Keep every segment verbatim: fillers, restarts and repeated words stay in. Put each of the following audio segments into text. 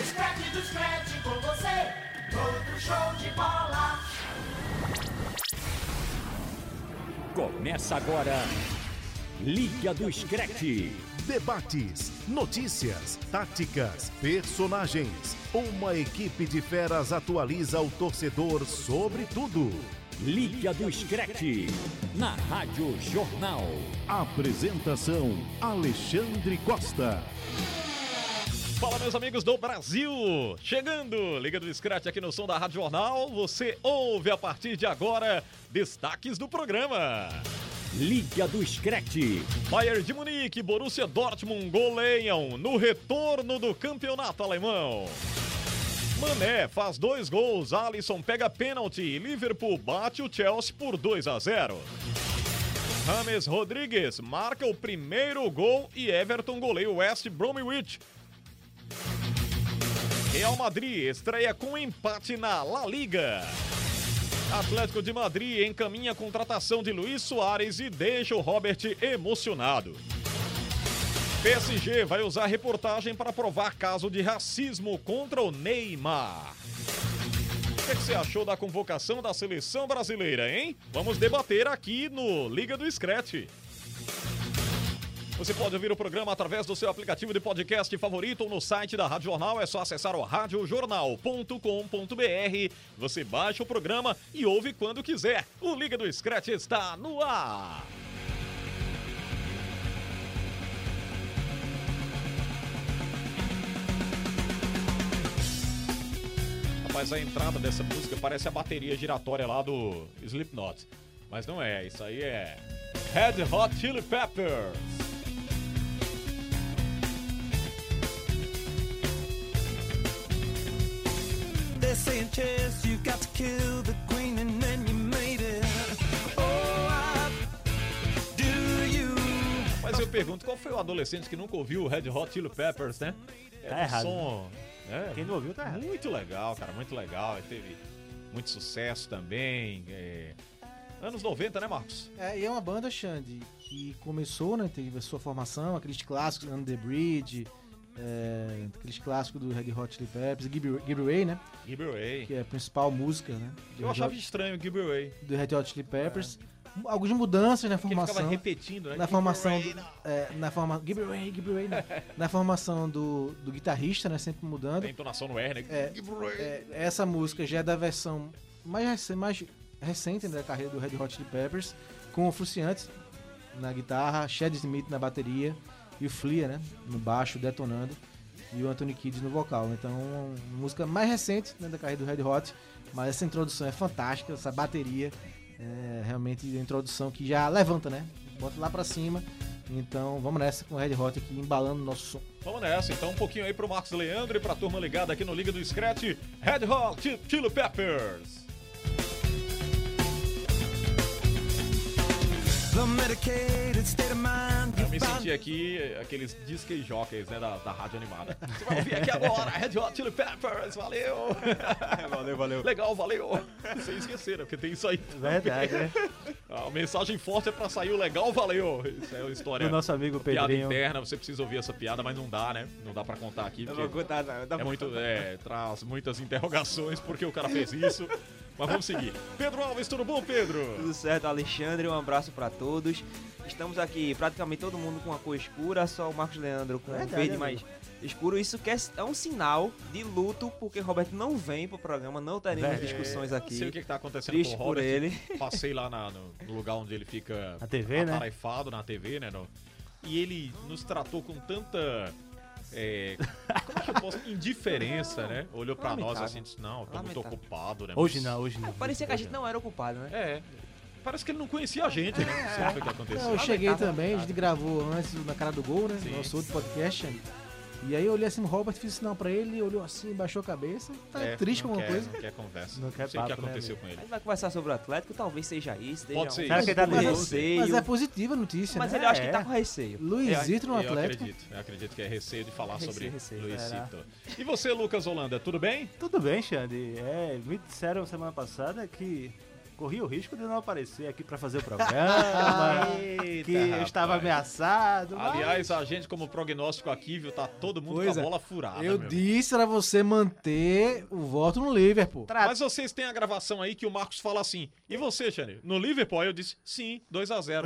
do Scratch, do Scratch com você, outro show de bola. Começa agora, Liga do Scratch. Debates, notícias, táticas, personagens. Uma equipe de feras atualiza o torcedor sobre tudo. Liga do Scratch, na Rádio Jornal. Apresentação, Alexandre Costa. Fala, meus amigos do Brasil! Chegando, Liga do Scratch aqui no som da Rádio Jornal. Você ouve a partir de agora destaques do programa. Liga do Scratch. Bayern de Munique, Borussia Dortmund goleiam no retorno do campeonato alemão. Mané faz dois gols, Alisson pega pênalti e Liverpool bate o Chelsea por dois a zero. James Rodrigues marca o primeiro gol e Everton goleia o West Bromwich. Real Madrid estreia com empate na La Liga. Atlético de Madrid encaminha a contratação de Luis Soares e deixa o Robert emocionado. P S G vai usar reportagem para provar caso de racismo contra o Neymar. O que, é que você achou da convocação da seleção brasileira, hein? Vamos debater aqui no Liga do Scratch. Você pode ouvir o programa através do seu aplicativo de podcast favorito ou no site da Rádio Jornal. É só acessar o rádio jornal ponto com ponto b r. Você baixa o programa e ouve quando quiser. O Liga do Scratch está no ar. Rapaz, a entrada dessa música parece a bateria giratória lá do Slipknot. Mas não é, isso aí é Red Hot Chili Peppers. They're saying, Chess, you got to kill the queen and then you made it. Oh, I do you. Mas eu pergunto, qual foi o adolescente que nunca ouviu o Red Hot Chili Peppers, né? É tá um errado. som, é, Quem não ouviu tá errado. muito legal, cara, muito legal. E teve muito sucesso também. É... Anos noventa, né, Marcos? É, e é uma banda, Xande, que começou, né, teve a sua formação, aqueles clássicos, Under the Bridge, é, aqueles clássicos do Red Hot Chili Peppers, Gibby, Gibby Ray, né, Gibby Ray. que é a principal música, né, do Eu Red achava Hot- estranho o Gibby Ray. do Red Hot Chili Peppers. Algumas mudanças na Porque ele ficava formação. repetindo, né? Na Gibby formação, Ray, do, não. é, na forma, Gibby Ray, Gibby Ray, né? Na formação do, do guitarrista, né, sempre mudando. Tem entonação no R, né? É, Gibby Ray. É, essa música já é da versão mais, rec- mais recente da carreira do Red Hot Chili Peppers, com o Frusciante na guitarra, Chad Smith na bateria e o Flea, né, no baixo detonando e o Anthony Kiedis no vocal. Então, uma música mais recente, né, da carreira do Red Hot, mas essa introdução é fantástica, essa bateria é realmente a introdução que já levanta, né? Bota lá pra cima. Então, vamos nessa com o Red Hot aqui embalando o nosso som. Vamos nessa, então um pouquinho aí pro Marcos Leandro e pra turma ligada aqui no Liga do Scratch, Red Hot Chili Peppers. The medicated state of mind. Eu me senti aqui aqueles disc jockeys, né, da, da rádio animada. Você vai ouvir aqui agora, Red Hot Chili Peppers, valeu! Valeu, valeu. Legal, valeu! Sem esquecer, né, porque tem isso aí. Verdade, né? A mensagem forte é pra sair o legal, valeu! Isso é uma história. O nosso amigo Piada Pedrinho. interna, você precisa ouvir essa piada, mas não dá, né? Não dá pra contar aqui, Eu porque vou contar, não. Dá é muito, é, traz muitas interrogações porque o cara fez isso. Mas vamos seguir. Pedro Alves, tudo bom, Pedro? Tudo certo, Alexandre, um abraço pra todos. Estamos aqui praticamente todo mundo com a cor escura, só o Marcos Leandro com Verdade, verde amigo. mais escuro. Isso quer, é um sinal de luto, porque Roberto não vem pro programa, não teremos Verdade. discussões Não aqui. sei o que, que tá acontecendo Triste com o por Robert. ele. Passei lá na- no, no lugar onde ele fica Na T V, né? atarefado, na T V, né? no- e ele nos tratou com tanta... é, como é que eu posso... Indiferença, né? Olhou pra nós Lamentável. assim e disse, não, eu tô muito Lamentável. ocupado, né? Hoje mas- não, hoje não. Parecia que a gente não era ocupado, né? É, parece que ele não conhecia a gente, né? Não sei o que foi que aconteceu. Não, eu cheguei Lamentável, também, a gente gravou antes do Na Cara do Gol, né? Sim. Nosso outro podcast. E aí eu olhei assim no Robert, fiz sinal pra ele, olhou assim, baixou a cabeça. Tá É, triste com não alguma quer, coisa. Não quer conversa. Não quer sei o que papo, né, aconteceu amigo? com A ele. gente vai conversar sobre o Atlético, talvez seja isso. Pode esteja ser um- Será que ele tá um nervoso? receio. Mas é positiva a notícia, Mas né? ele acha que É. tá com receio. Luizito no eu Atlético. acredito, eu acredito que é receio de falar Receio, sobre receio. Luizito. E você, Lucas Holanda, tudo bem? Tudo bem, Xande. É, me disseram semana passada que corri o risco de não aparecer aqui pra fazer o programa, Eita, que eu estava rapaz. ameaçado. mas- Aliás, a gente como prognóstico aqui, viu, tá todo mundo Pois com a é. bola furada, Eu meu. disse pra você manter o voto no Liverpool. Mas vocês têm a gravação aí que o Marcos fala assim, e você, Xane? No Liverpool? Aí eu disse, sim, dois a zero.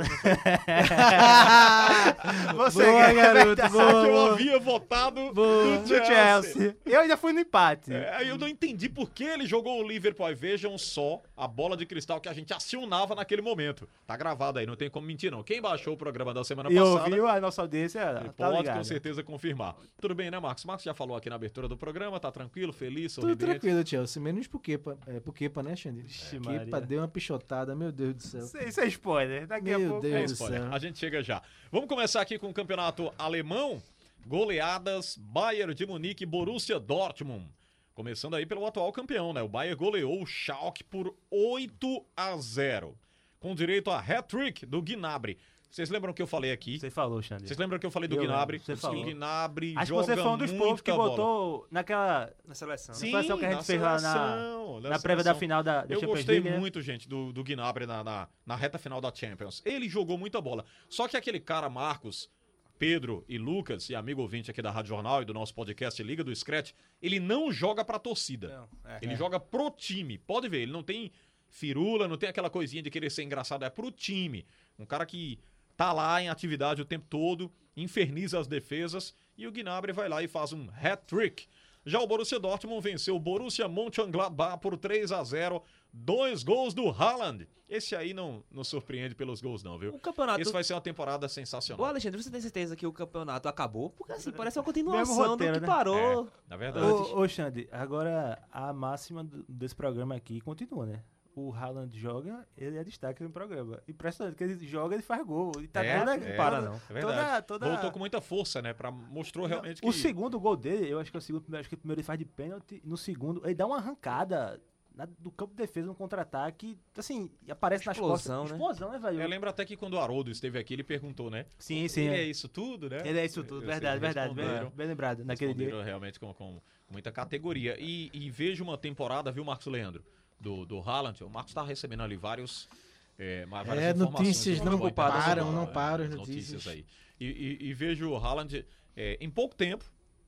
Você Boa, é garoto, verdade. boa. Só que eu boa. havia votado Boa. no Do Chelsea. Chelsea. Eu ainda fui no empate. É, aí eu não entendi por que ele jogou o Liverpool. Aí vejam só a bola de cristal que a gente acionava naquele momento. Tá gravado aí, não tem como mentir não. Quem baixou o programa da semana E passada... ouviu a nossa audiência, Ele tá pode ligado. com certeza confirmar. Tudo bem, né, Marcos? Marcos já falou aqui na abertura do programa, tá tranquilo, feliz, Tudo sorridente. tranquilo, Chelsea. Menos pro Kepa, é, pro Kepa, né, Xande? Vixe, Kepa Maria. deu uma pichotada, meu Deus do céu. Isso, isso é spoiler. Daqui a Meu pouco. Deus É do spoiler. céu. A gente chega já. Vamos começar aqui com o campeonato alemão. Goleadas, Bayern de Munique e Borussia Dortmund. Começando aí pelo atual campeão, né? O Bayern goleou o Schalke por oito a zero. Com direito a hat-trick do Gnabry. Vocês lembram que eu falei aqui? Você falou, Xande. Vocês lembram que eu falei do Eu Gnabry? lembro, você Que falou. o Gnabry Acho que joga você foi um dos poucos que muita bola. botou naquela Na seleção. né? Sim, seleção que a gente na fez lá na- seleção, na prévia da seleção. final da, da Eu Champions gostei League, né? muito, gente, do, do Gnabry na, na, na reta final da Champions. Ele jogou muita bola. Só que aquele cara, Marcos, Pedro e Lucas, e amigo ouvinte aqui da Rádio Jornal e do nosso podcast Liga do Scratch, ele não joga pra torcida. Não, é. Ele joga pro time. Pode ver, ele não tem firula, não tem aquela coisinha de querer ser engraçado, é pro time. Um cara que tá lá em atividade o tempo todo, inferniza as defesas, e o Gnabry vai lá e faz um hat-trick. Já o Borussia Dortmund venceu o Borussia Mönchengladbach por três a zero, dois gols do Haaland. Esse aí não nos surpreende pelos gols não, viu? O campeonato... Esse vai ser uma temporada Ô, sensacional. Alexandre, você tem certeza que o campeonato acabou? Porque assim, parece uma Mesmo continuação roteiro, do que né? parou. É, na verdade. Ô, ô Xande, agora a máxima do- desse programa aqui continua, né? O Haaland joga, ele é destaque no programa. Impressionante que ele joga, ele faz gol. E tá É, toda, é, toda- não. É verdade. toda, toda- Voltou com muita força, né? Pra, mostrou realmente que... O segundo gol dele, eu acho que é o segundo, acho que o primeiro ele faz de pênalti, no segundo ele dá uma arrancada na- do campo de defesa no contra-ataque, assim, e aparece Explosão, nas né? costas. Explosão, né, velho? Eu lembro até que quando o Haroldo esteve aqui, ele perguntou, né? Sim, sim. Ele é. é isso tudo, né? Ele é isso tudo, Eu sei, verdade, verdade. Bem, responderam. bem lembrado, naquele Responderam dia. realmente com, com muita categoria. E, e vejo uma temporada, viu, Marcos Leandro, do, do Haaland. O Marcos tá recebendo ali vários... É, ma- várias É, informações notícias do não futebol param, internacional, não é, param as notícias notícias. aí. E, e- e vejo o Haaland, é, em pouco tempo,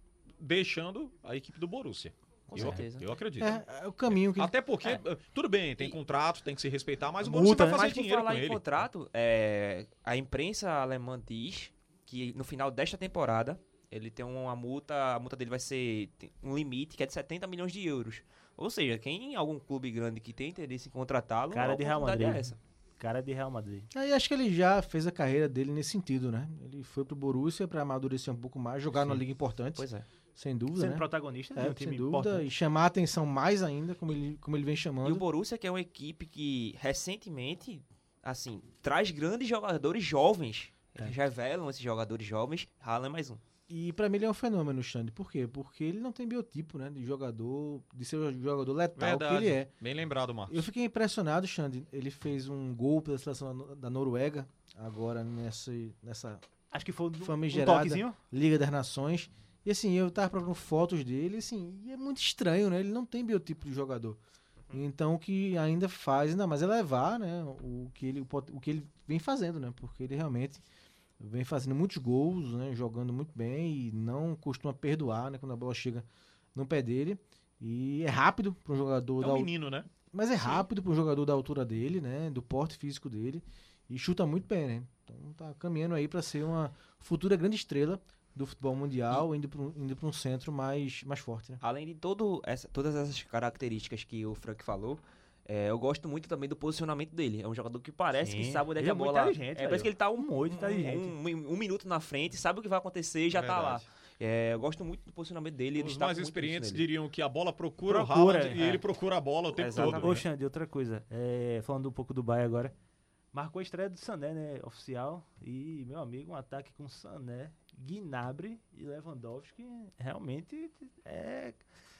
deixando a equipe do Borussia. Com eu, certeza. Eu acredito. É, é o caminho que ele Até porque, eh, tudo bem, tem E- contrato, tem que se respeitar, mas o Multa, Borussia vai né? fazer Mas por dinheiro falar com em ele. contrato, é, a imprensa alemã diz que no final desta temporada ele tem uma multa, a multa dele vai ser tem um limite que é de setenta milhões de euros. Ou seja, quem algum clube grande que tem interesse em contratá-lo, Cara a de Real oportunidade Madrid. é essa. Cara de Real Madrid. Aí acho que ele já fez a carreira dele nesse sentido, né? Ele foi pro Borussia pra amadurecer um pouco mais, jogar numa liga importante, Pois é. sem dúvida, Sendo né? protagonista de É, um time sem dúvida, importante. e chamar a atenção mais ainda, como ele, como ele vem E o chamando. Borussia, que é uma equipe que recentemente, assim, traz grandes jogadores jovens. Eles revelam esses jogadores jovens. Haaland é mais um. E pra mim ele é um fenômeno, Xande. Por quê? Porque ele não tem biotipo, né? De jogador, de ser um jogador letal que ele é. Bem lembrado, Marcos. Eu fiquei impressionado, Xande. Ele fez um gol pela seleção da No- da Noruega, agora nessa, nessa Acho que foi um, um famigerada toquezinho. Liga das Nações. E assim, eu tava procurando fotos dele, assim, e é muito estranho, né? Ele não tem biotipo de jogador. Então o que ainda faz, ainda mais é levar, né? O que ele, o pot- o que ele vem fazendo, né? Porque ele realmente vem fazendo muitos gols, né? Jogando muito bem e não costuma perdoar, né? Quando a bola chega no pé dele. E é rápido para um jogador É da um al- menino, né? mas é rápido para um jogador da altura dele, né? Do porte físico dele. E chuta muito bem, né? Então tá caminhando aí para ser uma futura grande estrela do futebol mundial, indo para um, indo pra um centro mais, mais forte, né? Além de todo essa, todas essas características que o Frank falou, é, eu gosto muito também do posicionamento dele. É um jogador que parece Sim, que sabe onde é ele que é a muito bola... inteligente, É, velho. parece que ele tá um, Muito um, inteligente. um, um minuto na frente, sabe o que vai acontecer e já tá lá. Verdade. É, eu gosto muito do posicionamento dele. ele Os destaca mais muito isso experientes nele. diriam que a bola procura, Procura, o Haaland e é. ele procura a bola o tempo Exatamente. todo. Ô, Xande, outra coisa. É, falando um pouco do Bahia agora. Marcou a estreia do Sané, né? Oficial. E, meu amigo, um ataque com Sané, Gnabry e Lewandowski. Realmente é.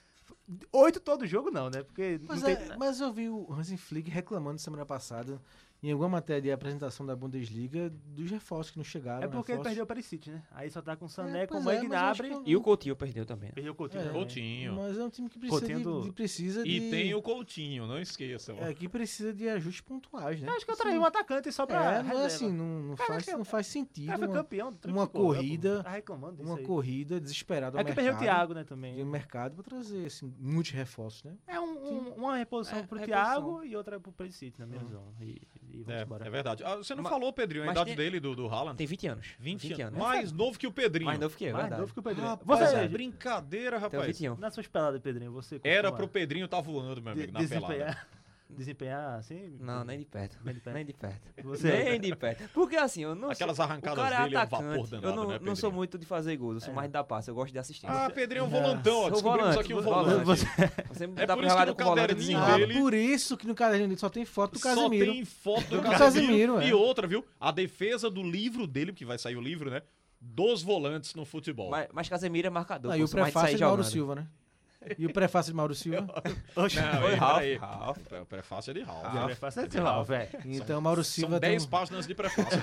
Oito todo jogo, não, né? Porque Mas, não é- tem. mas eu vi o Hansi Flick reclamando semana passada em alguma matéria de apresentação da Bundesliga dos reforços que não chegaram. É porque ele reforços... perdeu o Perisic, né? Aí só tá com o Sané, É, com o pois é, mas eu acho Gnabry. que E o Coutinho perdeu também, né? Perdeu o Coutinho. É, também. Coutinho. Mas é um time que precisa Coutinho de, do- de- precisa E de... tem o Coutinho, não esqueçam. É, que precisa de ajustes pontuais, né? Eu acho que eu Assim, traí um atacante só pra É, não é reserva. assim, não, não, Cara, faz, que- não faz O sentido cara foi uma, campeão. do uma tricolor, pô. corrida- Tá reclamando disso uma aí. corrida desesperada ao É que mercado. perdeu o Thiago, né, também. de mercado pra trazer assim, muitos reforços, né? É um, um- uma reposição É, pro reposição. Thiago e outra pro Perisic, na minha visão. E, e vamos É, embora. é verdade. Ah, você não Ma- falou, Pedrinho, a mas idade tem- dele, do, do Haaland? Tem vinte anos. vinte, anos. anos. Mais novo que o Pedrinho. Mais novo que eu, é Mais verdade. novo que o Pedrinho. Rapaz, Você, é brincadeira, Tem rapaz. vinte e um. nas suas peladas, Pedrinho, você Era costuma pro Pedrinho estar voando, meu de- amigo, na pelada. desempenhar, desempenhar assim? Não, nem de perto. Nem de perto. Nem de perto. Você- Nem de perto. Porque assim, eu não Aquelas sou... arrancadas o cara é dele é um atacante. vapor danado, eu não, né, não Pedrinho? sou muito de fazer gols, eu sou É. mais da passe, eu gosto de assistir. Ah, Pedrinho é um volantão, ó. Sou Descobrimos volante, aqui um vou- volante. Você, Você me É dá por pra isso que jogar no com volante caderninho desenhado. dele- Ah, por isso que no caderninho só tem foto do Só Casemiro. tem foto do Do Casemiro. Casemiro, é. E outra, viu? A defesa do livro dele, porque vai sair o livro, né? Dos volantes no futebol. Mas, mas Casemiro é marcador. Ah, pô, e o sou mais de prefácio sair de Mauro jogando. Silva, né? E o prefácio de Mauro Silva. Oxe, Não, Oi, aí, Ralf, peraí. Ralf. O prefácio é de Ralf. é fácil de lá, velho. Então Mauro São Silva tem dez um- páginas de prefácio,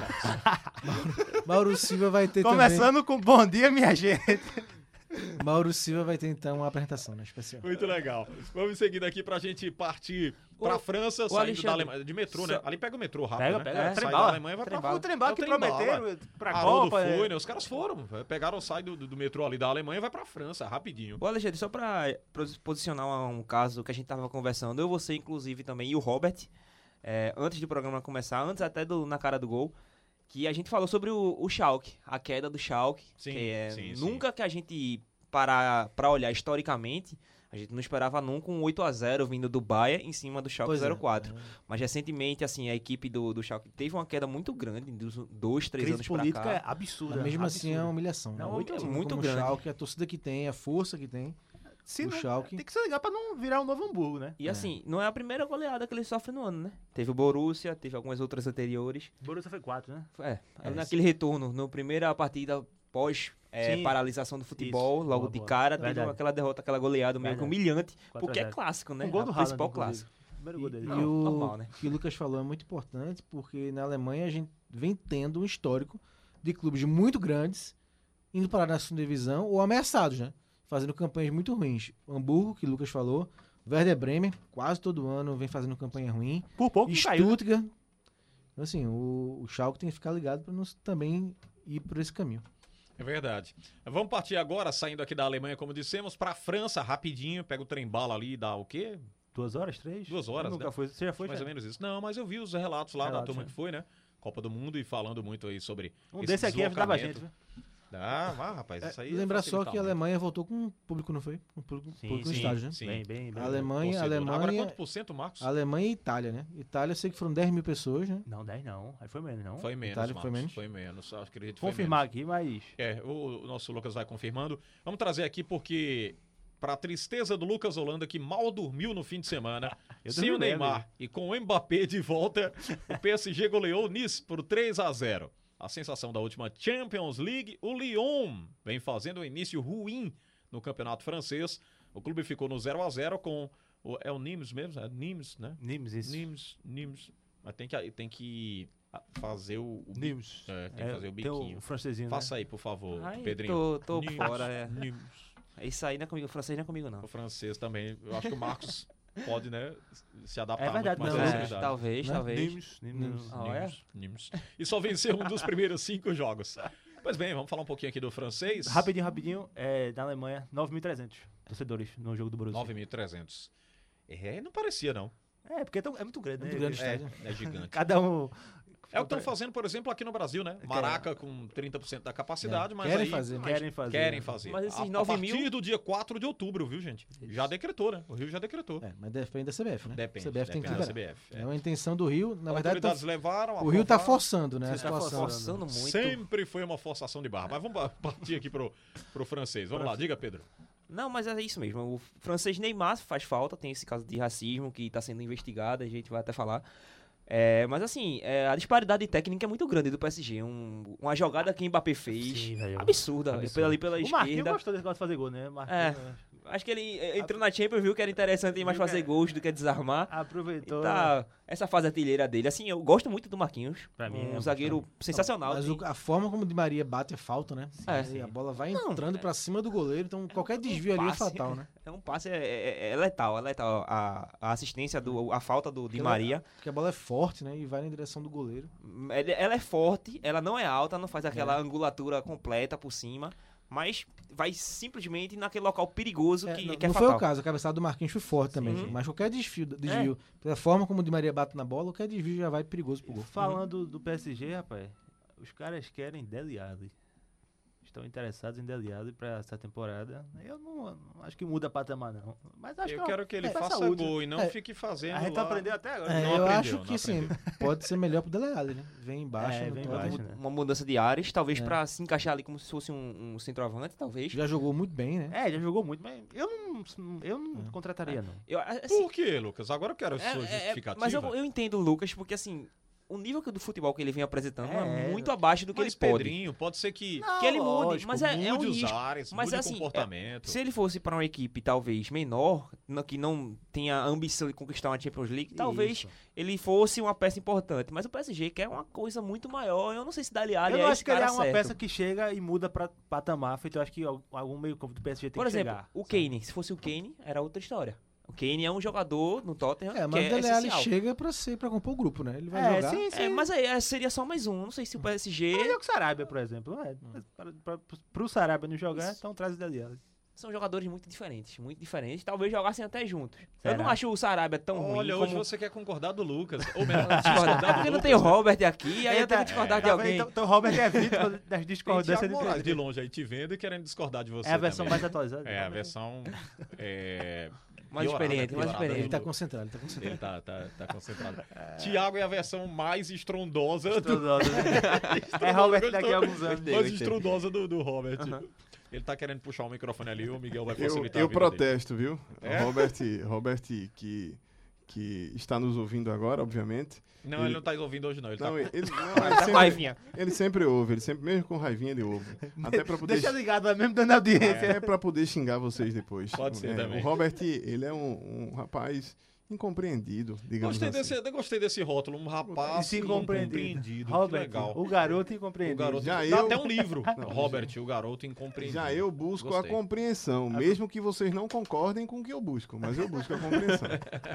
Marcos. Mauro Silva vai ter Começando com bom dia, minha gente. também. Mauro Silva vai ter então uma apresentação, né, especial. Muito legal. Vamos seguir daqui pra gente partir pra Ô, França, ô, saindo Alexandre, da Alemanha. De metrô, né? só- Ali pega o metrô rápido, Pega, né? pega. É, Sai Trembala. da Alemanha, vai pra Trembala. O Trembala É o que Trembala. prometeram pra Haroldo Copa. é- foi, né? Os caras foram. Pegaram, sai do, do metrô ali da Alemanha e vai pra França, rapidinho. Ô, Alexandre, só pra pos- posicionar um caso que a gente tava conversando, eu, você, inclusive, também, e o Robert, é, antes do programa começar, antes até do Na Cara do Gol, que a gente falou sobre o, o Schalke, a queda do Schalke, Sim, que é, sim, sim. nunca que a gente parar pra olhar historicamente, a gente não esperava nunca um oito a zero vindo do Bayern em cima do Schalke Pois é. zero quatro. Mas recentemente, assim, a equipe do, do Schalke teve uma queda muito grande, dos dois, três Crise anos pra política é cá. absurda. Mas mesmo assim é uma absurda. humilhação. né? Não, Um oito time é muito como grande. O Schalke, a torcida que tem, a força que tem. Se o não- Schalke. Tem que se ligar pra não virar um novo Hamburgo, né? E assim, não é a primeira goleada que ele sofre no ano, né? Teve o Borussia, teve algumas outras anteriores. Borussia foi quatro, né? É, É, naquele retorno, na primeira partida pós é, Sim. paralisação do futebol, Isso, logo boa, de boa. cara, teve Verdade. aquela derrota, aquela goleada meio que Verdade. humilhante, quatro a porque é zero. clássico, né? Um gol É do o Haaland, principal inclusive. clássico. Primeiro E, gol dele. e Não, o normal, né? que o Lucas falou é muito importante, porque na Alemanha a gente vem tendo um histórico de clubes muito grandes indo parar na segunda divisão ou ameaçados, né? Fazendo campanhas muito ruins. Hamburgo, que o Lucas falou, Werder Bremen, quase todo ano vem fazendo campanha ruim. Por pouco não caiu, né? Stuttgart. Então, assim, o, o Schalke tem que ficar ligado para não também ir por esse caminho. É verdade. Vamos partir agora, saindo aqui da Alemanha, como dissemos, pra França, rapidinho. Pega o trem-bala ali e dá o quê? Duas horas, três? Duas horas, Nunca né? foi. Você já foi, Mais já? ou menos isso. Não, mas eu vi os relatos lá da Relatos, turma é. que foi, né? Copa do Mundo e falando muito aí sobre Um esse desse aqui ajudava a gente, deslocamento. viu? Ah, vá, rapaz, isso aí é Lembrar só facilitar que a muito. Alemanha voltou com público, não foi? Com público, Sim, público no sim, estádio, né? sim. Bem, bem, bem. A Alemanha, a Torcedor. Agora Alemanha, quanto por cento, Marcos? Alemanha e Itália, né? Itália, eu sei que foram dez mil pessoas, né? Não, dez não. Aí foi menos, não. Foi menos, Itália Marcos. foi menos? Foi menos, acho que acredito que foi Confirmar menos. aqui, mas... É, o, o nosso Lucas vai confirmando. Vamos trazer aqui porque, pra tristeza do Lucas Holanda, que mal dormiu no fim de semana, Eu sem o dormi bem, Neymar amigo. e com o Mbappé de volta, o P S G goleou o Nice por três a zero. A sensação da última Champions League, o Lyon vem fazendo um início ruim no campeonato francês. O clube ficou no zero a zero com o, é o Nimes mesmo? É Nimes, né? Nimes, isso. Nimes, Nimes. Mas tem que, tem que fazer o... o Nimes. É, tem que fazer o tem biquinho. o francesinho, Faça né? aí, por favor, Ai, Pedrinho. tô, tô Nimes, fora, é. Nimes. Isso aí não é comigo, o francês não é comigo, não. O francês também. Eu acho que o Marcos pode, né, se adaptar É verdade, muito mais não, à é. facilidade. Talvez, Né? talvez. Nimes. Nimes. Ah, é? Nimes, Nimes. E só venceu um dos primeiros cinco jogos. Pois bem, vamos falar um pouquinho aqui do francês. Rapidinho, rapidinho. É, na Alemanha, nove mil e trezentos torcedores no jogo do Borussia. nove mil e trezentos. É, não parecia, não. É, porque é, tão- é muito grande, né? Muito grande o É, estádio. é gigante. Cada um... É o que estão fazendo, por exemplo, aqui no Brasil, né? Maraca com trinta por cento da capacidade, É, mas querem aí... fazer, mas Querem fazer. Querem né? fazer. Mas esses a, a nove mil- partir do dia quatro de outubro, viu, gente? Já decretou, né? O Rio já decretou. É, mas depende da C B F, né? Depende, C B F tem que depende da liberar. C B F. É uma intenção do Rio, na As verdade, tá- autoridades levaram, o Rio tá aprovaram. forçando, né? A Você tá situação. Forçando muito. Sempre foi uma forçação de barra. Mas vamos pa- partir aqui pro, pro francês. Vamos lá, diga, Pedro. Não, mas é isso mesmo. O francês Neymar faz falta, tem esse caso de racismo que tá sendo investigado, a gente vai até falar. É, mas assim, é, a disparidade técnica é muito grande do P S G. Um- uma jogada que o Mbappé fez, Sim, velho. absurda. Absurdo. Pela, ali pela O Marquinhos esquerda. gostou desse negócio de fazer gol, né? Marquinhos, Acho que ele eh, entrou na Champions, viu que era interessante mais fazer gols do que desarmar. Aproveitou. E tá, essa fase artilheira dele. Assim, eu gosto muito do Marquinhos. Pra mim, um é zagueiro muito sensacional. Mas tem- o- a forma como o Di Maria bate é falta, né? É, E sim. a bola vai Não, entrando é- pra cima do goleiro, então qualquer desvio ali é passe, fatal, né? É um passe, é, é- é letal, é letal. A, a assistência, do, a falta do Di Porque Maria. ela- Porque a bola é forte, né? E vai na direção do goleiro. Ela, ela é forte, ela não é alta, não faz aquela angulatura completa por cima, mas vai simplesmente naquele local perigoso É, que, não que é não fatal. foi o caso, a cabeçada do Marquinhos foi forte também. Sim. Mas qualquer desvio, desvio pela forma como o Di Maria bate na bola, qualquer desvio já vai perigoso pro gol. Falando do P S G, rapaz, os caras querem Dele Alli. Estão interessados em Dele Alli pra essa temporada. Eu não, não acho que muda patamar, não. Mas acho Eu que quero que ele é, faça saúde. gol e não É. fique fazendo A gente lá. aprendeu até agora. É, Não eu aprendeu, acho não que sim, aprendeu. pode ser melhor pro Dele Alli, né? Vem embaixo, É, no vem Tottenham. embaixo, né? Uma mudança de ares, talvez É. pra se encaixar ali como se fosse um, um centroavante, talvez. Já jogou muito bem, né? É, já jogou muito, mas eu não, eu não contrataria, não. Eu, assim, Por quê, Lucas? Agora eu quero a é- sua é- é- justificativa. mas eu, eu entendo o Lucas, porque assim, o nível que- do futebol que ele vem apresentando é, É, muito abaixo do que Mas, ele pode. Pedrinho, pode ser que, Que ele mude, lógico, mas é, é um mude os risco. ares, Mas mude assim, o comportamento. Se ele fosse para uma equipe talvez menor, no- que não tenha a ambição de conquistar uma Champions League, talvez Isso. ele fosse uma peça importante. Mas o P S G quer uma coisa muito maior. Eu não sei se Dali Ali Eu é não esse acho que ele cara é uma certo. peça que chega e muda pra patamar. Feito, eu acho que al- algum meio campo do P S G tem Por que exemplo, chegar. o Kane. Se fosse o Kane, era outra história. O Kane é um jogador no Tottenham É, que mas é o Dele Alli essencial. chega pra ser pra compor o grupo, né? Ele vai É, jogar. sim, sim. É, mas aí é, seria só mais um. Não sei se o P S G... Ele é o Sarabia, por exemplo. É, para, para, pro Sarabia não jogar, então traz o Dele Alli. São jogadores muito diferentes, muito diferentes. Talvez jogassem até juntos. Eu Será? não acho o Sarabia tão ruim Olha, como... hoje você quer concordar do Lucas. Ou melhor, discordar. discordar do Porque não Lucas, tem o né? Robert aqui, aí eu tenho que discordar de Tá alguém. vendo? Então, então o Robert é vítima das Tem discordâncias Thiago Moraes entre de longe aí te vendo e querendo discordar de você É a versão também. mais atualizada. É, a versão... É, Mais piorada, experiente, mais piorada experiente. Ele tá do- concentrado, ele tá concentrado. Ele tá, tá, tá concentrado. Tiago é a versão mais estrondosa do... Estrondosa, né? É Robert daqui a alguns anos. mais estrondosa do, do Robert. Ele tá querendo puxar o microfone ali, o Miguel vai Eu, facilitar eu a vida dele. protesto, viu? É? Robert, Robert que, que está nos ouvindo agora, obviamente. Não, ele não tá ouvindo hoje não. Ele Não, tá... ele, ele- não, ele Tá com sempre, raivinha. ele sempre ouve, ele sempre, mesmo com raivinha, ele ouve. Até pra poder, Deixa ligado, vai mesmo dando audiência. até pra poder xingar vocês depois. Pode ser É, também. O Robert, ele é um, um rapaz incompreendido, digamos Gostei assim. desse, eu gostei desse rótulo, um rapaz Sim, incompreendido. Que Robert, legal. o garoto O incompreendido. garoto. Já Dá eu- até um livro. Não, Robert, o garoto incompreendido. Já eu busco Gostei. a compreensão, mesmo que vocês não concordem com o que eu busco, mas eu busco a compreensão.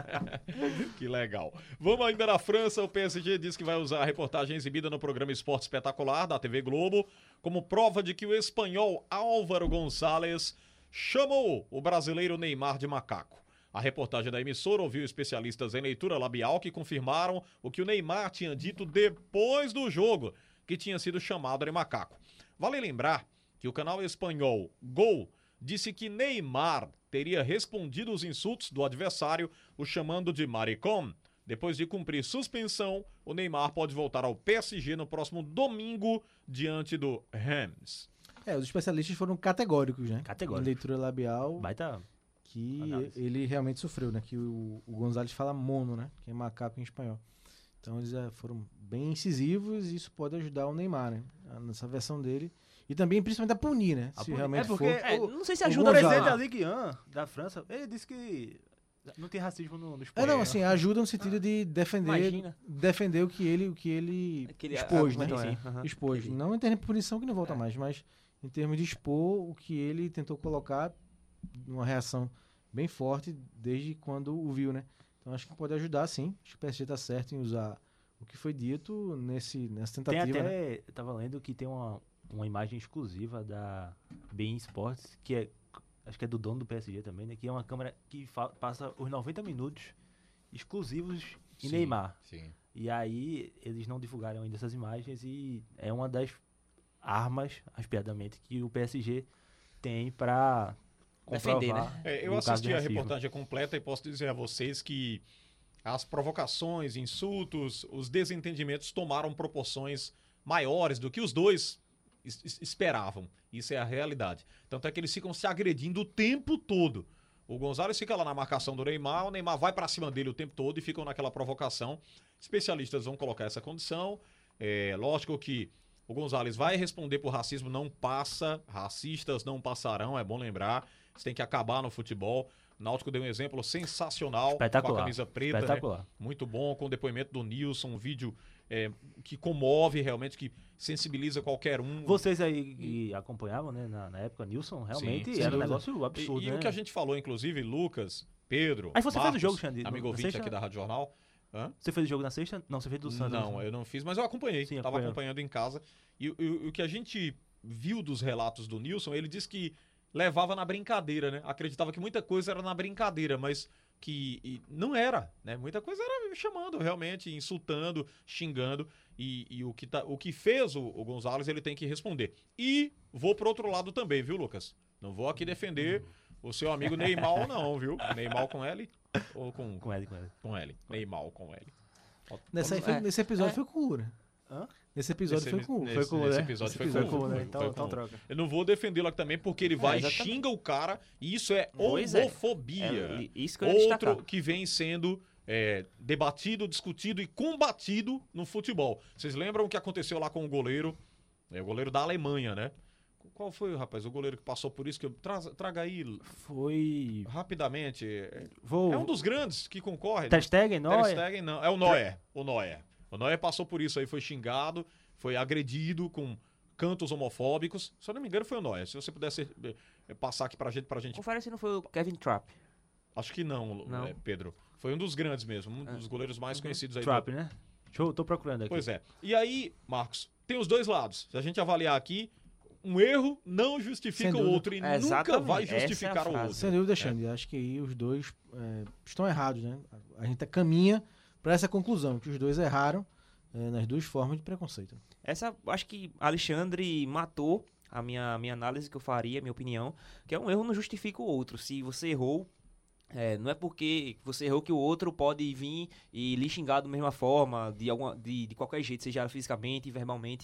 Que legal. Vamos ainda na França. O P S G diz que vai usar a reportagem exibida no programa Esporte Espetacular da T V Globo como prova de que o espanhol Álvaro Gonçalves chamou o brasileiro Neymar de macaco. A reportagem da emissora ouviu especialistas em leitura labial que confirmaram o que o Neymar tinha dito depois do jogo, que tinha sido chamado de macaco. Vale lembrar que o canal espanhol Gol disse que Neymar teria respondido os insultos do adversário, o chamando de maricón. Depois de cumprir suspensão, o Neymar pode voltar ao P S G no próximo domingo, diante do Reims. É, os especialistas foram categóricos, né? Categóricos. Em leitura labial, Baita. que Análise. ele realmente sofreu, né? Que o, o Gonzalez fala mono, né? Que é macaco em espanhol. Então eles eh, foram bem incisivos e isso pode ajudar o Neymar, né? Ah, nessa versão dele. E também, principalmente, a punir, né? A Se punir. realmente É porque for. É, o- não sei se o ajuda O mas- presidente Gonzalo. da Ligue um da França, ele disse que não tem racismo no, no É, esporte. não, assim, ajuda no sentido de defender, Imagina. defender o que ele, o que ele Aquele expôs, né? argumento, Enfim, é, aham. expôs. Entendi. Não em termos de punição que não É. volta mais, mas em termos de expor o que ele tentou colocar numa reação bem forte desde quando o viu, né? Então acho que pode ajudar, sim. Acho que o P S G tá certo em usar o que foi dito nesse, nessa Tem tentativa, até, né? eu tava lendo que tem uma, uma imagem exclusiva da Bein Sports, que é, acho que é do dono do P S G também, né? Que é uma câmera que fa- passa os noventa minutos exclusivos em Sim, Neymar. Sim. E aí eles não divulgaram ainda essas imagens e é uma das armas, aspiadamente, que o P S G tem pra Defender, comprovar né? É, eu o caso de assisti a racismo. reportagem completa e posso dizer a vocês que as provocações, insultos, os desentendimentos tomaram proporções maiores do que os dois es- es- esperavam. Isso é a realidade. Tanto é que eles ficam se agredindo o tempo todo. O Gonzalez fica lá na marcação do Neymar, o Neymar vai pra cima dele o tempo todo e ficam naquela provocação. Especialistas vão colocar essa condição. É lógico que O Gonzalez vai responder por racismo, não passa, racistas não passarão, é bom lembrar. Isso tem que acabar no futebol. O Náutico deu um exemplo sensacional com a camisa preta, Espetacular. né? Muito bom, com o depoimento do Nilson, um vídeo é, que comove realmente, que sensibiliza qualquer um. Vocês aí que acompanhavam, né, na, na época, Nilson, realmente Sim, era sim. um negócio absurdo, E, e né? o que a gente falou, inclusive, Lucas, Pedro, Aí você fez o Marcos, jogo, Xande, amigo na ouvinte sexta? aqui da Rádio Jornal. Hã? Você fez o jogo na sexta? Não, você fez do Santos. Não, eu não fiz, mas eu acompanhei. Sim, Estava acompanhou. acompanhando em casa. E, e- e o que a gente viu dos relatos do Nilson, ele disse que levava na brincadeira, né? Acreditava que muita coisa era na brincadeira, mas que e não era, né? Muita coisa era chamando realmente, insultando, xingando. E, e o, que tá, o que fez o, o Gonzalez, ele tem que responder. E vou pro outro lado também, viu, Lucas? Não vou aqui defender o seu amigo Neymar, não, viu? Neymar com L ou com, Com ele, com ele. com L? Neymar com L. Nesse, aí foi- É. nesse episódio É. foi com o Ura. Hã? Nesse episódio Nesse- foi com o Ura. nesse- Foi com o nesse né? episódio Esse foi episódio com o com o, né? Ura, Então, foi então com o troca. Eu não vou defendê-lo aqui também, porque ele vai e exatamente. xinga o cara, e isso é Pois é. homofobia. É, isso que eu ia destacar. Outro que vem sendo é, debatido, discutido e combatido no futebol. Vocês lembram o que aconteceu lá com o goleiro? É o goleiro da Alemanha, né? Qual foi, rapaz, o goleiro que passou por isso? Que eu tra traga aí Foi... rapidamente. É Vou... é um dos grandes que concorre. Ter Stegen, Ter Neuer? Stegen, não. É o Neuer. O Neuer. O Neuer passou por isso aí, foi xingado, foi agredido com cantos homofóbicos. Se eu não me engano, foi o Neuer. Se você pudesse eh, passar aqui pra gente, pra gente. Confere se não foi o Kevin Trapp. Acho que não, Não. eh, Pedro. Foi um dos grandes mesmo, um É. dos goleiros mais conhecidos aí. do- Trap, né? Deixa eu... Tô procurando aqui. Pois é. E aí, Marcos, tem os dois lados. Se a gente avaliar aqui, um erro não justifica Sem o dúvida. outro e É, nunca exatamente. vai Essa é a justificar o frase. outro. Sem dúvida, Xande. Acho que aí os dois é, estão errados, né? A gente caminha para essa conclusão, que os dois erraram é, nas duas formas de preconceito. Essa, acho que Alexandre matou a minha, minha análise que eu faria, minha opinião, que é um erro não justifica o outro. Se você errou, é, não é porque você errou que o outro pode vir e lhe xingar da mesma forma, de, alguma, de, de qualquer jeito, seja fisicamente, verbalmente.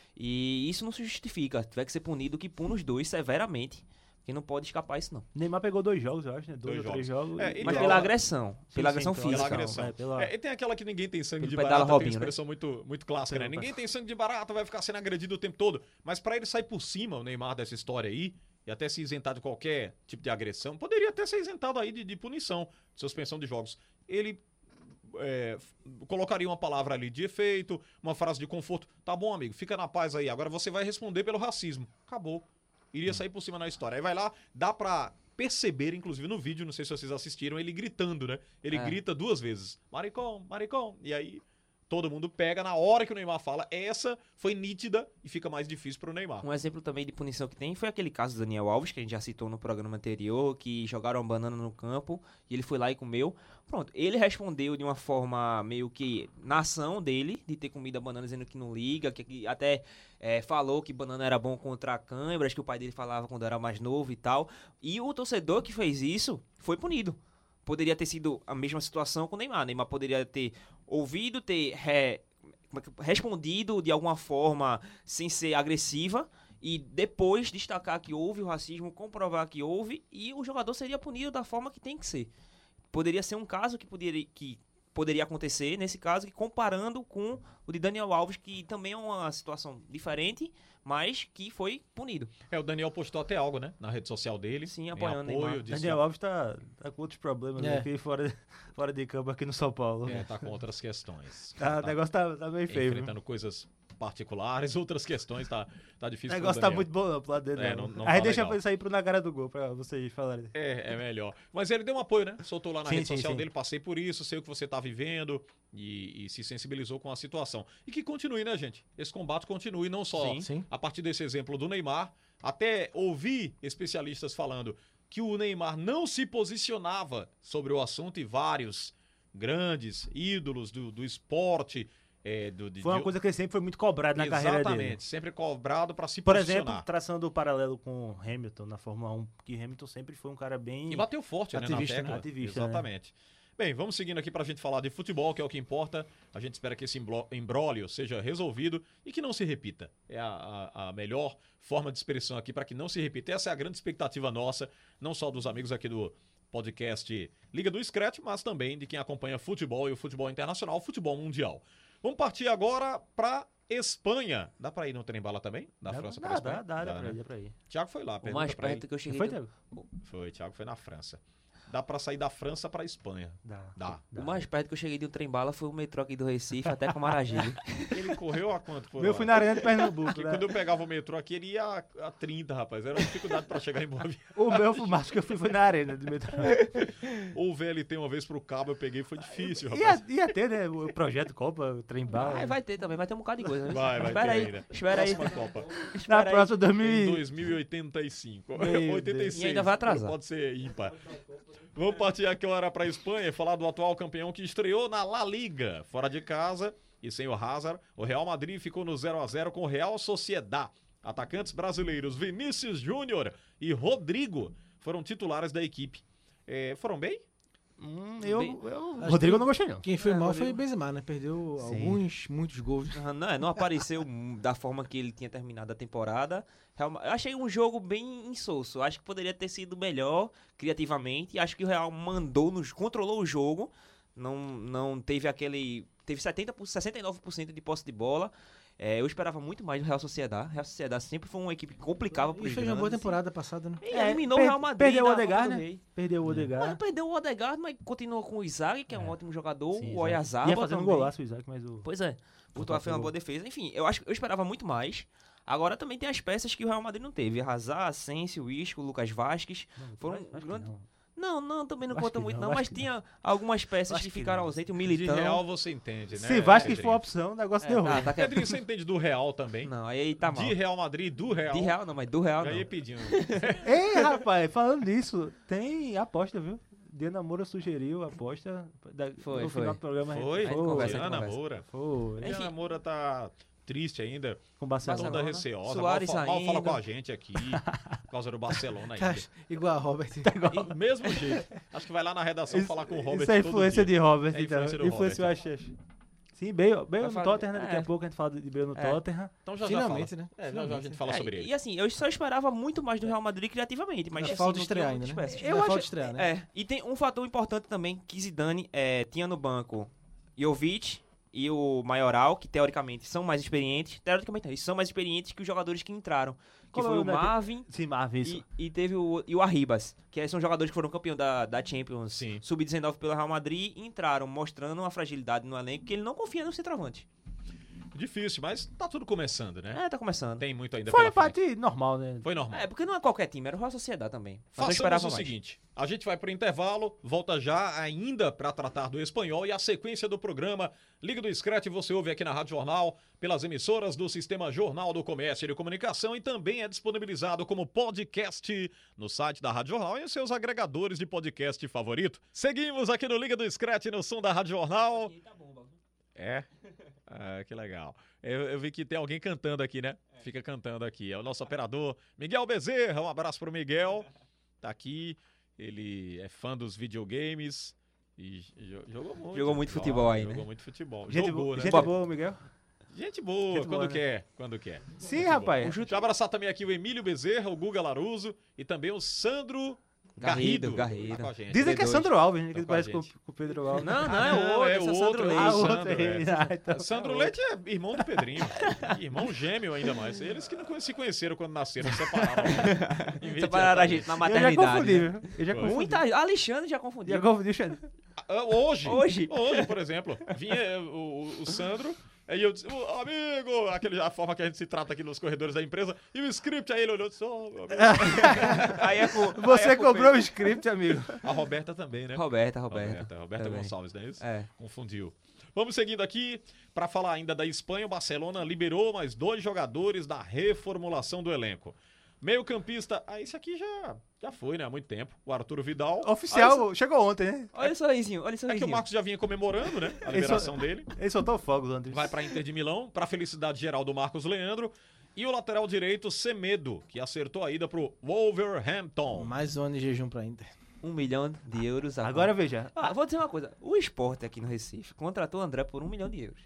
E isso não se justifica. Tiver que ser punido, que puna os dois severamente. Porque não pode escapar isso, não. Neymar pegou dois jogos, eu acho, né? Dois, Dois ou três jogos. É, e- ele Mas Sim, pela sim, agressão. Sim, pela sim, agressão pela física. agressão. É, pela... É, e tem aquela que ninguém tem sangue Pelo de pedala barata, tem uma Robinho, né? expressão muito, muito clássica, né? Pelo- Ninguém tem sangue de barata, vai ficar sendo agredido o tempo todo. Mas pra ele sair por cima, o Neymar, dessa história aí, e até se isentar de qualquer tipo de agressão, poderia até ser isentado aí de, de punição, de suspensão de jogos. Ele é, f- colocaria uma palavra ali de efeito, uma frase de conforto. Tá bom, amigo, fica na paz aí. Agora você vai responder pelo racismo. Acabou. Iria sair por cima na história. Aí vai lá, dá pra perceber, inclusive no vídeo, não sei se vocês assistiram, ele gritando, né? Ele É. grita duas vezes. Maricom, maricom. E aí todo mundo pega na hora que o Neymar fala. Essa foi nítida e fica mais difícil pro Neymar. Um exemplo também de punição que tem foi aquele caso do Daniel Alves, que a gente já citou no programa anterior, que jogaram uma banana no campo e ele foi lá e comeu. Pronto, ele respondeu de uma forma meio que na ação dele, de ter comido a banana dizendo que não liga, que, que até é, falou que banana era bom contra câimbras, que o pai dele falava quando era mais novo e tal. E o torcedor que fez isso foi punido. Poderia ter sido a mesma situação com o Neymar. Neymar poderia ter ouvido, ter re- como é que- respondido de alguma forma sem ser agressiva e depois destacar que houve o racismo, comprovar que houve e o jogador seria punido da forma que tem que ser. Poderia ser um caso que poderia, que poderia acontecer, nesse caso, que comparando com o de Daniel Alves, que também é uma situação diferente, mas que foi punido. É, o Daniel postou até algo, né? Na rede social dele. Sim, em apoiando o apoio, Neymar. disse Daniel Alves tá, tá com outros problemas É. aqui fora, fora de campo aqui no São Paulo. que é, tá com outras questões. Tá, o negócio tá, tá meio feio. viu? enfrentando coisas particulares, outras questões, tá, tá O difícil pro negócio tá Daniel. muito bom não, pro lado dele. É, não. não- não Aí tá deixa legal. eu sair pro na cara do gol pra vocês falarem. É, é melhor. Mas ele deu um apoio, né? Soltou lá na Sim, rede sim, social sim. dele, passei por isso, sei o que você tá vivendo e, e se sensibilizou com a situação. E que continue, né, gente? Esse combate continue, não só Sim. Sim. a partir desse exemplo do Neymar, até ouvir especialistas falando que o Neymar não se posicionava sobre o assunto e vários grandes ídolos do, do esporte. É, do, de, Foi uma de- coisa que ele sempre foi muito cobrado na carreira dele. Exatamente, sempre cobrado para se Por posicionar. exemplo, traçando o paralelo com Hamilton na Fórmula um, que Hamilton sempre foi um cara bem... E bateu forte, né, Ativista, na tecla. né? Ativista, né? Exatamente. Bem, vamos seguindo aqui pra gente falar de futebol, que é o que importa. A gente espera que esse emblo- embrólio seja resolvido e que não se repita. É a, a- a melhor forma de expressão aqui para que não se repita. Essa é a grande expectativa nossa, não só dos amigos aqui do podcast Liga do Scratch, mas também de quem acompanha futebol e o futebol internacional, o futebol mundial. Vamos partir agora para Espanha. Dá pra ir no trem-bala também? Da Dá- França dá, pra Espanha? dá, dá, dá pra né? ir, dá pra ir. Thiago foi lá, O pergunta mais pra perto ele. que eu cheguei. Foi, do- Thiago? Foi, Thiago foi na França. Dá pra sair da França pra Espanha. Dá. Dá. Dá. O mais perto que eu cheguei de um trem-bala foi o metrô aqui do Recife até com Maragibe. Ele correu a quanto por Meu hora? fui na Arena de Pernambuco, Porque né? quando eu pegava o metrô aqui, ele ia a, a trinta, rapaz. Era uma dificuldade pra chegar em Boa Viagem. O meu foi mais que eu fui, foi na Arena de metrô. Ou o V L T uma vez pro cabo, eu peguei, foi difícil, Ia, rapaz. ia ter, né? O projeto Copa, o trem bala. Vai, vai ter também, vai ter um bocado de coisa. Né? Vai, vai espera ter aí, ainda. espera aí. Próxima Copa. Na espera aí. próxima dois mil Em e... dois mil e oitenta e cinco. Meu oitenta e seis. E ainda vai atrasar. Pode ser ímpar. Vamos partir aqui agora para a Espanha e falar do atual campeão que estreou na La Liga. Fora de casa e sem o Hazard, o Real Madrid ficou no zero a zero com o Real Sociedad. Atacantes brasileiros Vinícius Júnior e Rodrigo foram titulares da equipe. É, foram bem? Hum, eu, Bem- eu... Acho Rodrigo que- eu não gostei, não. Quem foi É, mal Rodrigo. foi Benzema, né? Perdeu Sim. alguns, muitos gols. Ah, Não, é, não apareceu da forma que ele tinha terminado a temporada. Real Ma- Eu achei um jogo bem insosso. Acho que poderia ter sido melhor criativamente. Acho que o Real mandou, nos, controlou o jogo. Não, não teve aquele. Teve setenta por cento, sessenta e nove por cento de posse de bola. É, eu esperava muito mais do Real Sociedad. Real Sociedad sempre foi uma equipe que complicava para E os fez uma boa grandes. temporada passada, né? E eliminou o per- Real Madrid. Perdeu o na Copa Odegaard, do né? Rei. Perdeu o Mas Odegaard. perdeu o Odegaard, mas continuou com o Isaac, que é um É. ótimo jogador. Sim, o Isaac. Oyarzabal Ia fazendo um também. golaço o Isaac, mas o... Pois é. O Courtois fez uma boa defesa. Enfim, eu acho eu esperava muito mais. Agora também tem as peças que o Real Madrid não teve. Hazard, Asensio, Isco, Lucas Vasquez. Foram Acho que grandes- não. Não, não, também não Acho conta que muito não, não, acho mas que tinha algumas peças Acho que que ficaram não. ausentes. O De Militão. Real você entende, né? Se Vasquez Pedrinho? for a opção, o negócio É, deu tá, ruim. tá quieto. Pedrinho, você entende do Real também? Não, aí tá mal. De Real Madrid, do Real. De Real não, mas do Real Já não. ia pedindo. Ei, rapaz, falando nisso, tem aposta, viu? Diana Moura sugeriu a aposta. Da, Foi, no foi. final do programa. Foi? Aí conversa, aí Diana conversa. Moura. Foi. Enfim. Diana Moura tá triste ainda. Com o Barcelona. Toda Barcelona. receosa. Suárez mal, fa- mal fala saindo. com a gente aqui. Por causa do Barcelona Tá ainda. igual a Robert. E do mesmo jeito. Acho que vai lá na redação Isso, falar com o Robert. isso é todo influência dia. de Robert, É então. influência do Influenciou a Robert. Cheche. Sim, Bale, Bale Vai no falar- Tottenham, né? Daqui é. a pouco a gente fala de Bale no É. Tottenham. Então já Finalmente, já fala. né? É, já, já a gente fala É, sobre e, ele. e assim, eu só esperava muito mais do Real Madrid criativamente, mas Ainda assim, falta não estrear tinha ainda, muitas né? peças. Eu Eu falta acho- estrear, né? É, e tem um fator importante também que Zidane é, tinha no banco Jovic e o Maioral, que teoricamente são mais experientes. Teoricamente não, eles são mais experientes que os jogadores que entraram. Que Qual é foi o o nome daquele- Marvin Sim, Marvin, isso. e, e teve o, e o Arribas, que são jogadores que foram campeão da, da Champions Sim. sub dezenove pelo Real Madrid e entraram mostrando uma fragilidade no elenco que ele não confia no centroavante. Difícil, mas tá tudo começando, né? É, tá começando. Tem muito ainda Foi um pela frente. empate normal, né? Foi normal. É, porque não é qualquer time, era o Real Sociedade também. Mas eu Façamos esperava o mais. seguinte, a gente vai pro intervalo, volta já ainda para tratar do espanhol e a sequência do programa Liga do Scratch você ouve aqui na Rádio Jornal, pelas emissoras do Sistema Jornal do Comércio e de Comunicação e também é disponibilizado como podcast no site da Rádio Jornal e em seus agregadores de podcast favorito. Seguimos aqui no Liga do Scratch no som da Rádio Jornal. É? Ah, que legal. Eu, eu vi que tem alguém cantando aqui, né? Fica cantando aqui. É o nosso operador Miguel Bezerra. Um abraço pro Miguel. Tá aqui. Ele é fã dos videogames. E jo- jogou muito. Jogou muito futebol aí, né? Jogou muito futebol. Gente, Jogou, boa, né? gente Bom. boa, Miguel. Gente boa, Gente quando boa, né? quer. Quando quer. Sim, Muito bom. rapaz. Deixa eu abraçar também aqui o Emílio Bezerra, o Guga Laruso e também o Sandro Garrido, Garrido. Garrido. Tá com a gente. Dizem que é dois. Sandro Alves, né? Que Tá ele com a parece com, gente. com o Pedro Alves. Não, não, Ah, é não, o outro, é esse é o o Sandro outro, Leite. Ah, o o Sandro, outro é. aí. Ah, então. Sandro Leite é irmão do Pedrinho. Irmão gêmeo ainda mais. Eles que não conhe- se conheceram quando nasceram, separaram. Em vez de Separaram a atrás. gente na Eu já maternidade. confundi, né? viu? Eu já Foi. confundi. Muita... Alexandre já confundiu. Já confundi, Xande. Ah, Hoje, Hoje? hoje, por exemplo, vinha eh, o, o Sandro, aí eu disse, "Ô, amigo, aquele, a forma que a gente se trata aqui nos corredores da empresa, e o script, aí ele olhou e disse, "Ô, meu amigo." Aí é com, Você aí é com cobrou o Pedro. script, amigo. A Roberta também, né? Roberta, Roberta. Roberta, Roberta Também. Gonçalves, não é isso? É. Confundiu. Vamos seguindo aqui, para falar ainda da Espanha, o Barcelona liberou mais dois jogadores da reformulação do elenco. Meio campista, ah, esse aqui já, já foi, né, há muito tempo, o Arturo Vidal. Oficial, chegou ontem, né? Olha o sorrisinho, olha o É que o sorrisinho. Marcos já vinha comemorando, né, a liberação dele. Ele soltou fogos ontem. Vai para Inter de Milão, para felicidade geral do Marcos Leandro. E o lateral direito, Semedo, que acertou a ida pro Wolverhampton. Mais um ano de jejum pra Inter. Um milhão de euros. Agora veja. Ah, vou dizer uma coisa. O Sport aqui no Recife contratou o André por um milhão de euros.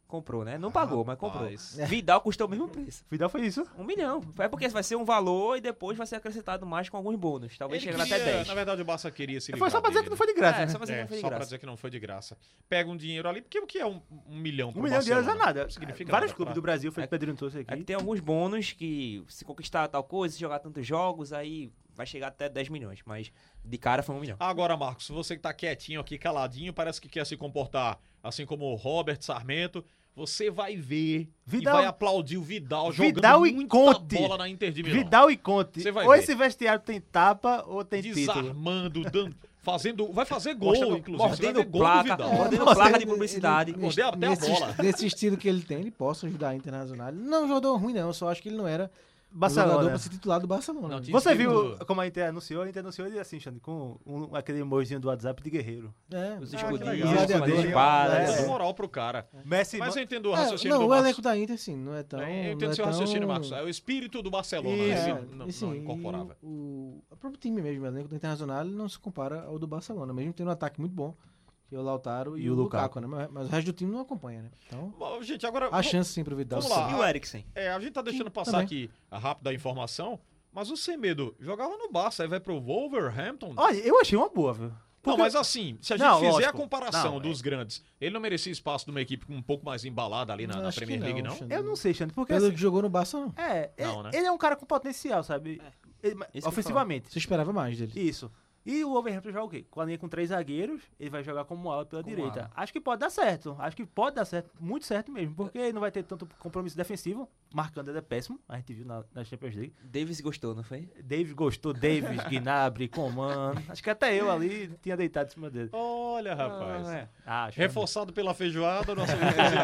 Comprou, né? Não pagou, mas comprou. Rapaz. Vidal custou o mesmo preço. Vidal foi isso? Um milhão. É porque vai ser um valor e depois vai ser acrescentado mais com alguns bônus. Talvez Ele chegando queria- até dez. Na verdade, o Barça queria se Foi livrar só pra dizer dele, que não foi de graça, É, né? só pra dizer que É, não foi de só pra graça. dizer que não foi de graça. Pega um dinheiro ali, porque o que é um, um milhão pro Um milhão de euros é Barcelona? nada. Não significa Vários nada clubes pra- do Brasil, feito É- Pedrinho trouxe É que aqui. tem alguns bônus que se conquistar tal coisa, se jogar tantos jogos, aí vai chegar até dez milhões. Mas de cara foi um milhão. Agora, Marcos, você que tá quietinho aqui, caladinho, parece que quer se comportar assim como o Robert Sarmento, você vai ver Vidal- e vai aplaudir o Vidal jogando Vidal e muita Conte. bola na Inter de Milão. Vidal e Conte. Você vai Ou ver. esse vestiário tem tapa ou tem título. Desarmando, dando, fazendo, vai fazer gol, Mostra- inclusive. Você vai mordendo ver gol do placa, Vidal. mordendo Mas placa ele- de publicidade. ele- Mordeu até a nesse, bola. Nesse estilo que ele tem, ele possa ajudar a Internacional. Não jogador ruim, não. Eu só acho que ele não era o Barcelona. jogador pra ser titular do Barcelona. Não, tinha- Você Título- viu como a Inter anunciou? A Inter anunciou ele assim, Xande, com um, aquele emojizinho do WhatsApp de guerreiro. É, Os ah, escudinhos, que legal. os Gladiador. escudinhos, espada. É. Dando moral pro cara. Messi, Mas eu entendo o É, raciocínio não, do o Marcos. elenco da Inter, sim, não é tão. É, eu não entendo é seu raciocínio, tão... Marcos. É o espírito do Barcelona. É, Ele não, e sim, não e incorporava. O, o próprio time mesmo, o elenco do Internacional, ele não se compara ao do Barcelona, mesmo tendo um ataque muito bom, que é o Lautaro e, E o o Lukaku. Lukaku, né? Mas, mas o resto do time não acompanha, né? Então, Bom, gente, agora... há vamos- chance sim pro Vidal. Vamos lá. E o Eriksen? É, a gente tá deixando passar também. aqui a rápida informação, mas o Semedo jogava no Barça, aí vai pro Wolverhampton. olha, eu achei uma boa, viu? Não, Porque- mas assim, se a gente Não, fizer lógico. a comparação Não, dos grandes, ele não merecia espaço de uma equipe um pouco mais embalada ali na, na Acho que Premier League, não? Xande. Eu não sei, Xande, porque Pelo assim, que jogou no Barça, não. é, é- Não, né? ele é um cara com potencial, sabe? Ele- Isso que eu ofensivamente. Você esperava mais dele. Isso. E o Wolverhampton joga o quê? Com a linha com três zagueiros, ele vai jogar como ala pela Como direita. ala. Acho que pode dar certo. Acho que pode dar certo, muito certo mesmo, porque ele não vai ter tanto compromisso defensivo. Marcando ele é péssimo, a gente viu na, na Champions League. Davis gostou, não foi? David gostou, Davis, Gnabry, Coman. Acho que até eu ali tinha deitado em cima dele. Olha, rapaz. Ah, é. Ah, acho Reforçado pela feijoada, nosso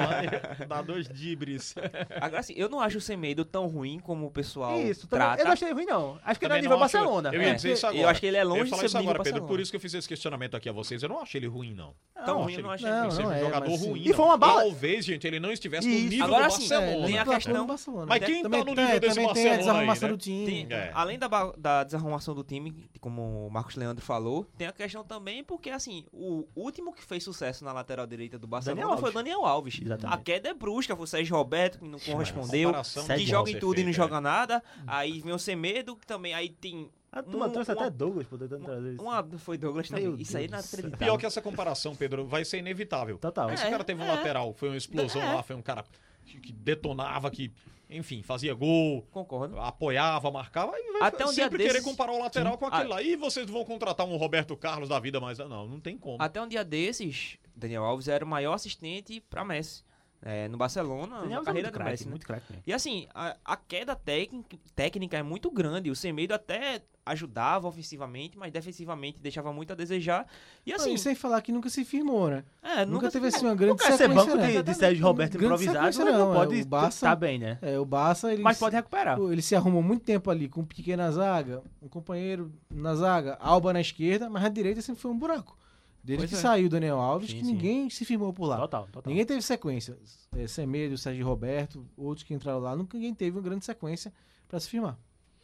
dá dois dibres. Agora assim, eu não acho o Semedo tão ruim como o pessoal Isso, também, trata. eu não achei ruim, não. Acho que ele é Também nível não acho- Barcelona. Eu ia É, dizer isso eu agora. acho que ele é longe eu ia de falar ser isso nível agora, Pedro. Barcelona. Por isso que eu fiz esse questionamento aqui a vocês. Eu não achei ele ruim, não. Tão Não, ruim, achei eu não ele- achei. Não, Ele seja não um é, jogador mas, ruim. E foi não. uma bala- Talvez, gente, ele não estivesse no Isso. nível Agora do sim, Barcelona. tem a Atuou questão- no Barcelona. Mas quem também, tá no é, nível desse também tem Barcelona a aí, desarrumação né? do time. Tem- É. Além da, ba- da desarrumação do time, como o Marcos Leandro falou, tem a questão também porque, assim, o último que fez sucesso na lateral direita do Barcelona Daniel foi o Alves. Daniel Alves. Exatamente. A queda é brusca, foi o Sérgio Roberto, que não correspondeu, comparação que não joga pode em ser tudo e não feita, joga nada. Aí vem o Semedo, que também, aí tem... A turma um- trouxe uma- até Douglas por tentando trazer isso. Uma, foi Douglas também. Meu Isso aí Deus não é do céu. acreditável. Pior que essa comparação, Pedro, vai ser inevitável. Total. Esse É, cara teve um é. lateral, foi uma explosão É. lá, foi um cara que que detonava, que, enfim, fazia gol, Concordo. apoiava, marcava, e vai Até um dia sempre querer desses- comparar o lateral Sim. com aquele Ah. lá. E vocês vão contratar um Roberto Carlos da vida, mas não, não tem como. Até um dia desses, Daniel Alves era o maior assistente pra Messi. É, no Barcelona, Daniel na Alves é carreira muito do craque, Messi, né? muito craque mesmo. E assim, a, a queda técnica, técnica é muito grande. O Semedo até ajudava ofensivamente, mas defensivamente deixava muito a desejar. E Assim, assim, sem falar que nunca se firmou, né? é, Nunca, teve assim uma grande Não quer ser sequência, banco né? de, de Sérgio Roberto Grande improvisado, sequência mas não não, é, pode o Barça- estar bem, né? É, o Barça, ele Mas se- pode recuperar. pô, ele se arrumou muito tempo ali com o Piquet na zaga, um companheiro na zaga, Alba na esquerda, mas na direita sempre foi um buraco. Desde Pois que é. saiu o Daniel Alves, Sim, que sim. ninguém se firmou por lá. Total, total. Ninguém teve sequência. É, Semedo, Sérgio Roberto, outros que entraram lá, nunca ninguém teve uma grande sequência para se firmar.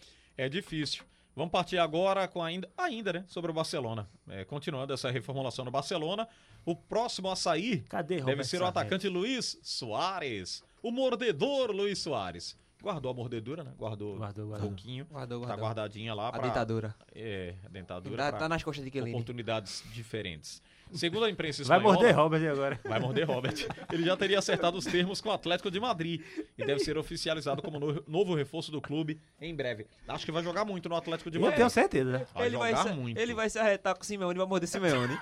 É difícil. Vamos partir agora com ainda, ainda né, sobre o Barcelona. É, continuando essa reformulação no Barcelona, o próximo a sair Cadê deve Roberto ser o Sarmento? atacante Luiz Soares. O mordedor Luiz Soares. Guardou a mordedura, né? Guardou, Guardou, um guardou. pouquinho. guardou, Tá guardou. guardadinha lá A pra... ditadura. É, a dentadura Tá, pra tá nas costas de Chiellini. oportunidades diferentes. Segundo a imprensa Vai espanhola... morder Robert agora. Vai morder Robert. Ele já teria acertado os termos com o Atlético de Madrid e deve ser oficializado como no- novo reforço do clube em breve. Acho que vai jogar muito no Atlético de Eu Madrid. tenho certeza. Vai ele, vai jogar se, muito. ele vai se arretar com o Simeone e vai morder Simeone.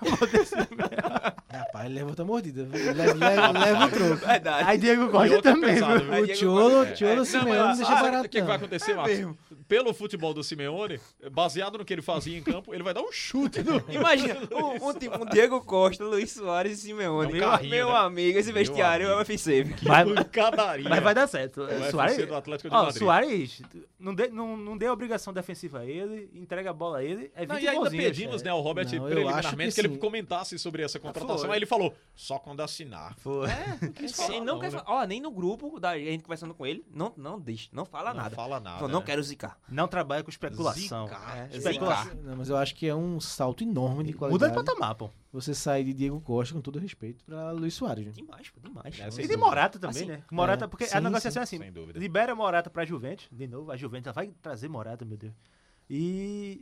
Rapaz, ele leva outra mordida. Leva, leva, leva o troco. Verdade. Aí Diego E Costa outra também, pesada, viu? viu? Aí O Diego Tiolo, Costa- Tiolo É, não, Simeone mas- não deixa ah, barato. O que, que vai não. acontecer, Marcos? Pelo futebol do Simeone, baseado no que ele fazia em campo, ele vai dar um chute no... Imagina, um, um, tipo, um Diego Costa, Luiz Soares e Simeone. É um Meu, carrinho, meu né? amigo, esse Meu vestiário é amigo. o F C. Vai, Pancadaria. mas vai dar certo. Vai Suárez, ser do Atlético de ó, Madrid. Suárez não dê, não, não dê obrigação defensiva a ele, entrega a bola a ele, é Não, vinte e ainda golzinhos, pedimos, é. né, ao Robert Não, eu preliminarmente acho que, que ele sim. comentasse sobre essa contratação. Foi. Aí ele falou, só quando assinar. Foi. Ele não quer fa- Ó, nem no grupo, da gente conversando com ele, não, não deixa, não fala Não nada. fala nada. Falou, não né? quero zicar. Não trabalha com especulação. Zicar. É, Especulação. zicar. Não, mas eu acho que é um salto enorme de Muda qualidade. de patamar, pô. você sair de Diego Costa, com todo respeito, pra Luiz Soares. Né? Demais, pô, demais. É, E sem de dúvida. Morata também, Assim, né? Morata, é. porque Sim, a negociação é assim, sem dúvida. libera Morata pra Juventus, de novo, a Juventus já vai trazer Morata, meu Deus. E...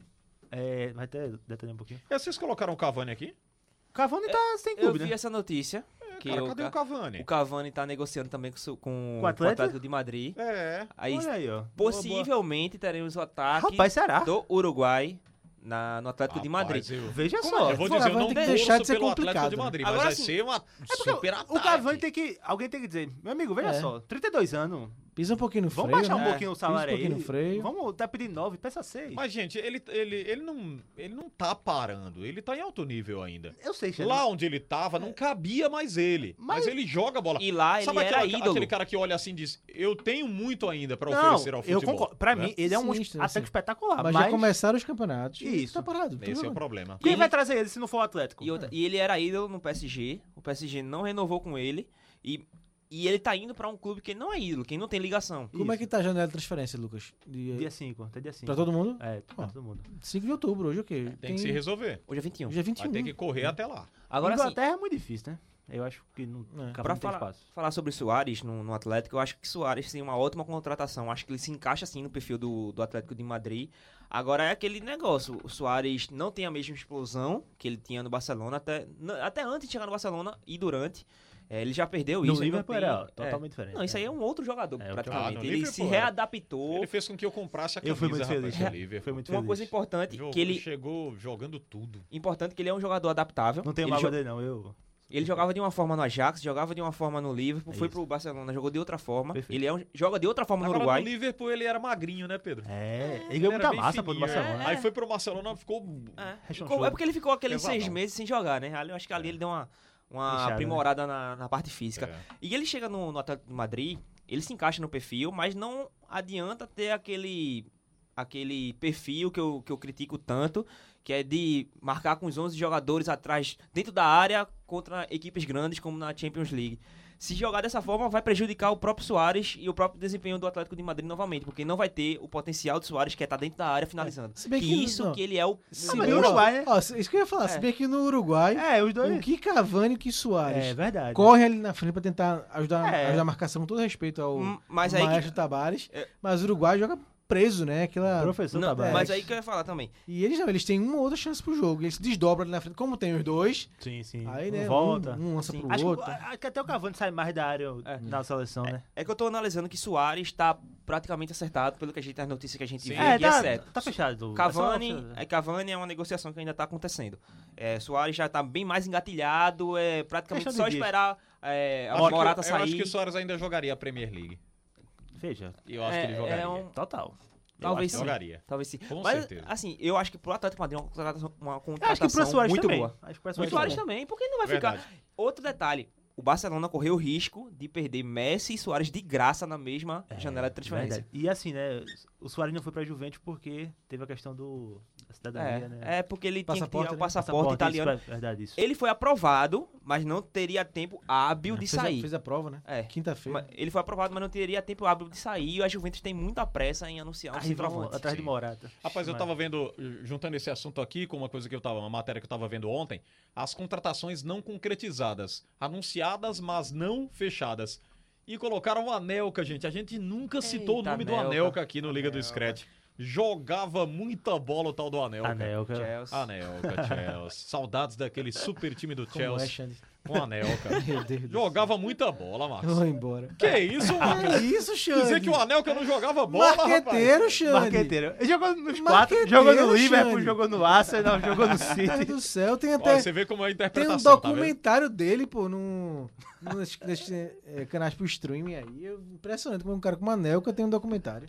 É, vai até detalhar um pouquinho. E vocês colocaram o Cavani aqui? Cavani tá sem Eu clube, vi né? essa notícia. Que Cara, o, cadê Ca- o Cavani? o Cavani tá negociando também com, su- com Com o Atlético? o Atlético de Madrid. É. Aí, Olha aí, ó. possivelmente, teremos o ataque Rapaz, será? do Uruguai na, no Atlético de Madrid. Rapaz, eu- Veja Como só. Eu vou Pô, dizer, eu Cavani não tem que torço deixar de ser pelo Atlético complicado, de né? Madrid, Agora mas vai sim, ser uma É porque super o ataque. Cavani tem que... Alguém tem que dizer, meu amigo, veja É. só, trinta e dois anos, Pisa um pouquinho no vamos freio, baixar né? um pouquinho o salário Pisa um aí. pouquinho no freio. Vamos, tá pedindo nove, peça seis. Mas, gente, ele, ele, ele, não, ele não tá parando. Ele tá em alto nível ainda. Eu sei, Xande. Lá onde ele tava, não cabia mais ele. Mas, Mas- ele joga bola. E lá ele Sabe era aquela- ídolo. aquele cara que olha assim e diz, eu tenho muito ainda pra Não, oferecer ao eu futebol. concordo. Pra né? mim, ele é um Sinistro, ataque assim. espetacular. Mas, Mas, já começaram os campeonatos. e Isso. Tá parado. tá Esse é o parado. problema. quem ele- vai trazer ele se não for o Atlético? E, outra- e ele era ídolo no P S G. O P S G não renovou com ele. E, e ele tá indo pra um clube que não é ídolo, que não tem ligação. Como é que tá a janela de transferência, Lucas? De, Dia cinco, até dia cinco. pra todo mundo? É, pra Ó. todo mundo. cinco de outubro, hoje o quê? Tem que se resolver. Hoje é vinte e um. Hoje é vinte e Vai um. ter que correr até lá. Agora sim, Inglaterra é muito difícil, né? Eu acho que não, É. acaba pra não tem falar, espaço. falar sobre o Soares no, no Atlético, eu acho que Soares tem uma ótima contratação. Acho que ele se encaixa assim no perfil do, do Atlético de Madrid. Agora é aquele negócio, o Soares não tem a mesma explosão que ele tinha no Barcelona, até, n- até antes de chegar no Barcelona e durante. É, ele já perdeu No isso. ele não Liverpool tem- era é. totalmente diferente. Não, isso aí é um outro jogador, É, outro praticamente. jogador. Ah, no ele Liverpool se era. readaptou. Ele fez com que eu comprasse a Eu fui muito camisa, feliz. rapaz, do É, Liverpool. foi muito Uma feliz. coisa importante, Jogou- que ele, chegou jogando tudo. importante que ele é um jogador adaptável. Não tem ele, mágoa jo- dele, não. Eu... ele jogava de uma forma no Ajax, jogava de uma forma no Liverpool, É foi isso. pro Barcelona, jogou de outra forma. Perfeito. Ele é um- joga de outra forma no Agora, Uruguai. no Liverpool ele era magrinho, né, Pedro? É, ele Ele ganhou era muita bem massa pô, do fininho, Barcelona. é. Aí foi pro Barcelona, ficou... É, Rechonchudo. ficou- é porque ele ficou aqueles Pesadão. seis meses sem jogar, né? Ali, eu acho que ali ele deu uma, uma Inchada, né? aprimorada na, na parte física. É. E ele chega no, no Atlético de Madrid, ele se encaixa no perfil, mas não adianta ter aquele, aquele perfil que eu, que eu critico tanto, que é de marcar com os onze jogadores atrás, dentro da área, contra equipes grandes como na Champions League. Se jogar dessa forma, vai prejudicar o próprio Soares e o próprio desempenho do Atlético de Madrid novamente, porque não vai ter o potencial do Soares, que é estar dentro da área finalizando. Se bem que, que isso não. que ele é o... Se mas bem- no Uruguai, né? ó, isso que eu ia falar. Se É. bem que no Uruguai, É, os dois. o que Cavani e o que Soares É verdade. corre ali na frente pra tentar ajudar, É. ajudar a marcação, com todo respeito ao Hum, mas aí que- Maestro Tabares. É. Mas o Uruguai joga preso, né? Aquela... Professor Não, Tabares. mas aí que eu ia falar também. E eles não, eles têm uma outra chance pro jogo. Eles se desdobram ali na frente. Como tem os dois, Sim, sim. aí, Um né? volta. Um, um lança Sim. pro Acho outro. que, acho que até o Cavani sai mais da área É. na seleção, né? É que eu tô analisando que Soares tá praticamente acertado, pelo que a gente, as notícias que a gente Sim. vê, É, que é tá, certo. tá fechado. Cavani, É só- é, Cavani é uma negociação que ainda tá acontecendo. É, Soares já tá bem mais engatilhado, é praticamente Questão só de dias. esperar é, a Acho que- Morata eu sair. acho que o Soares ainda jogaria a Premier League. Veja. E eu acho É, que ele jogaria. é um- Total. Talvez Eu sim. jogaria. Talvez sim. Com Mas, certeza. assim, eu acho que pro Atlético de Madrid é uma contratação, uma Acho que pro contratação Soares muito também. boa. Acho que pro O Soares Soares também. também, porque ele não vai Verdade. ficar. Outro detalhe. O Barcelona correu o risco de perder Messi e Soares de graça na mesma janela de transferência. Verdade. E assim, né? O Soares não foi pra Juventus porque teve a questão do, da cidadania, né? É, é porque ele tinha que Passaporte, tirar o né? passaporte, italiano. Isso, é verdade, isso. Ele foi aprovado, mas não teria tempo hábil de fez, a, sair. fez a prova, né? É. Quinta-feira. Mas ele foi aprovado, mas não teria tempo hábil de sair. E a Juventus tem muita pressa em anunciar um Aí vão centroavante. atrás de sim. Morata. Rapaz, eu Mas- tava vendo, juntando esse assunto aqui com uma coisa que eu tava, uma matéria que eu tava vendo ontem, as contratações não concretizadas, anunciadas, mas não fechadas. E colocaram o Anelka, gente. A gente nunca citou o Eita, nome do Anelka. Anelka aqui no Liga do Anelka. Scratch. Jogava muita bola o tal do Anelka. Anelka. Chelsea. Anelka, Chelsea. Saudades daquele super time do Como é, Chelsea Xande? com o Anelka. Meu Deus do Jogava muita bola, céu. Marcos. Vou embora. Que isso, Marcos? Que isso, Xande? Dizer que o Anelka não jogava bola, Marqueteiro, rapaz. Xande. Marqueteiro. Ele jogou nos quatro. Marqueteiro, Jogou no Liverpool, Xande. jogou no Arsenal, jogou no Meu Deus City. do céu, tem Olha, até... você vê como é a Tem interpretação, um tá vendo? documentário dele, pô, no, no, nesses, nesses, é, canais pro streaming aí. Eu- impressionante como um cara com uma Anelka tem um documentário.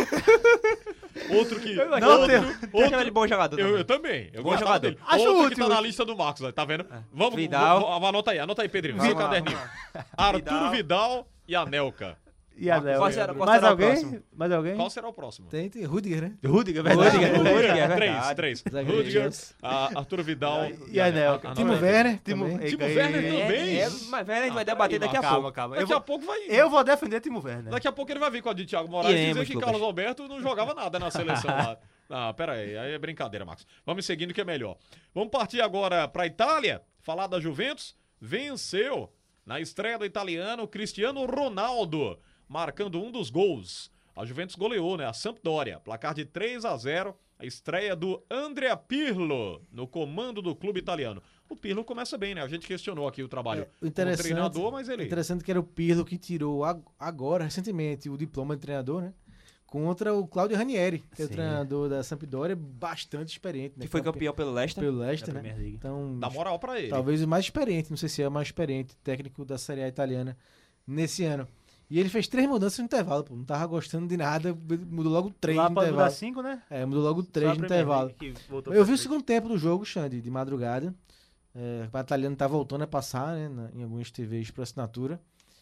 Outro que... Não, outro, tem- Eu chamo ele bom jogador Eu, também. eu também. Eu Bom gostava jogador. dele. Acho Outro o que tá último. na lista do Marcos, ó, tá vendo? Vamos, Vidal. vou- vou- anota aí, anota aí, Pedrinho. Vamos Seu lá, caderninho. vamos Arthur Vidal e Anelka. E Anelka. Qual será- qual Mais será o alguém? próximo? Mais alguém? Qual será o próximo? Tem, tem Rudiger, né? Rudiger, verdade. Rudiger, Rudiger, é três, verdade. três. Zagueiro Rudiger, Chelsea. ah, Arthur Vidal E Anelka. Ah, não, Timo é. Werner Timo, também. Timo Ei, Werner ei, também? É, mas velho, a gente vai debater daqui a calma, pouco. Calma, Eu Daqui a vou, pouco vai... eu vou defender Timo Werner. Daqui a pouco ele vai vir com a de Thiago Moraes e dizer Iremos, que Lucas. Carlos Alberto não jogava nada na seleção lá. Ah, pera aí, aí é brincadeira, Marcos. Vamos seguindo que é melhor. Vamos partir agora para a Itália. falar da Juventus, venceu na estreia do italiano Cristiano Ronaldo, marcando um dos gols. A Juventus goleou, né, a Sampdoria, placar de três a zero, a estreia do Andrea Pirlo no comando do clube italiano. O Pirlo começa bem, né? A gente questionou aqui o trabalho É, interessante, do treinador, mas ele... Interessante que era o Pirlo que tirou ag- agora, recentemente, o diploma de treinador, né? Contra o Claudio Ranieri, que é o Sim. treinador da Sampdoria, bastante experiente, né? Que foi campeão pelo Leicester. pelo Leicester, Da né? Premier League. Então, Dá moral pra ele. talvez o mais experiente, não sei se é o mais experiente técnico da Série A italiana nesse ano. E ele fez três mudanças no intervalo, pô. Não tava gostando de nada, mudou logo três Lá no pode mudar intervalo. cinco, né? É, mudou logo Só a três no Premier intervalo. League que voltou Eu pra vi o três. segundo tempo do jogo, Xande, de madrugada. É, o italiano tá voltando a passar, né, na- em algumas T Vs por assinatura.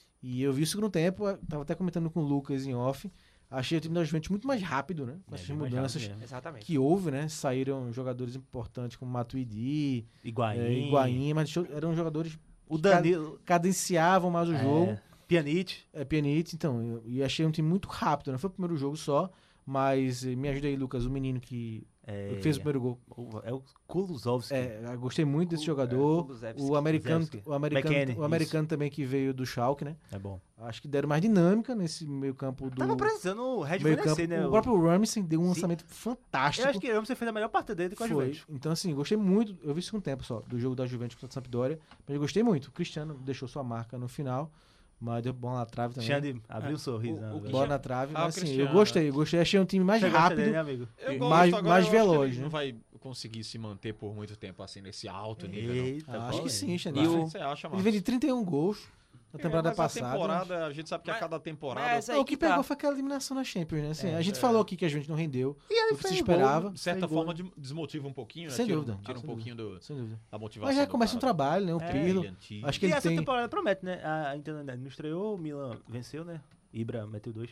E eu vi o segundo tempo, eu tava até comentando com o Lucas em off. Achei o time da Juventus muito mais rápido, né? Com É, essas bem mais mudanças rápido mesmo. Exatamente. que houve, né? Saíram jogadores importantes como Matuidi, Higuaín. é, Higuaín, mas deixou- eram jogadores O que Danilo. cadenciavam mais o jogo. É, Pjanic. É, Pjanic, então, eu, e achei um time muito rápido, não foi o primeiro jogo só, mas eh, me ajuda aí, Lucas, o menino que É, fez o primeiro gol. o- é o Kulusovski. É, eu gostei muito desse Ku- jogador. é, Kulusevski. o americano, Kulusevski. o americano, McKennie, o americano também que veio do Schalke, né? É bom. Acho que deram mais dinâmica nesse meio campo do Tava precisando meio campo. rejuvenescer, né? O próprio Ramsey deu um Sim. lançamento fantástico. Eu acho que o Ramsey fez a melhor partida dele com a Foi. Juventus. Então, assim, gostei muito. Eu vi o segundo tempo só do jogo da Juventus contra a Sampdoria, mas eu gostei muito. O Cristiano deixou sua marca no final, mas deu bola na trave também. Xande abriu um sorriso. o- né, o velho? Bola na trave, Ah, mas o assim, eu Cristiano, gostei, eu gostei. Achei um time mais Você gosta rápido. dele, né, amigo? Eu E gosto, mais- agora mais eu acho que veloz, ele né? não vai conseguir se manter por muito tempo assim nesse alto nível, não. Eita, Ah, acho bola, que sim, hein? Xande. E o- Você acha, Ele Marcos? veio de trinta e um gols na temporada é, mas passada. A temporada, a gente sabe que a Mas- cada temporada... mas Não, aí o que que tá. pegou foi aquela eliminação na Champions, né? Assim, É, a gente é. falou aqui que a gente não rendeu E ele o que se fez esperava. gol. de certa fez gol, forma de- desmotiva um pouquinho, né? Sem tira, dúvida, Tira um sem pouquinho do, Sem dúvida. da motivação Mas já do começa um cara. trabalho, né? O É, Pirlo. Brilhante. Acho que E ele essa tem. temporada promete, né? A Inter não estreou, o Milan venceu, né? Ibra meteu dois.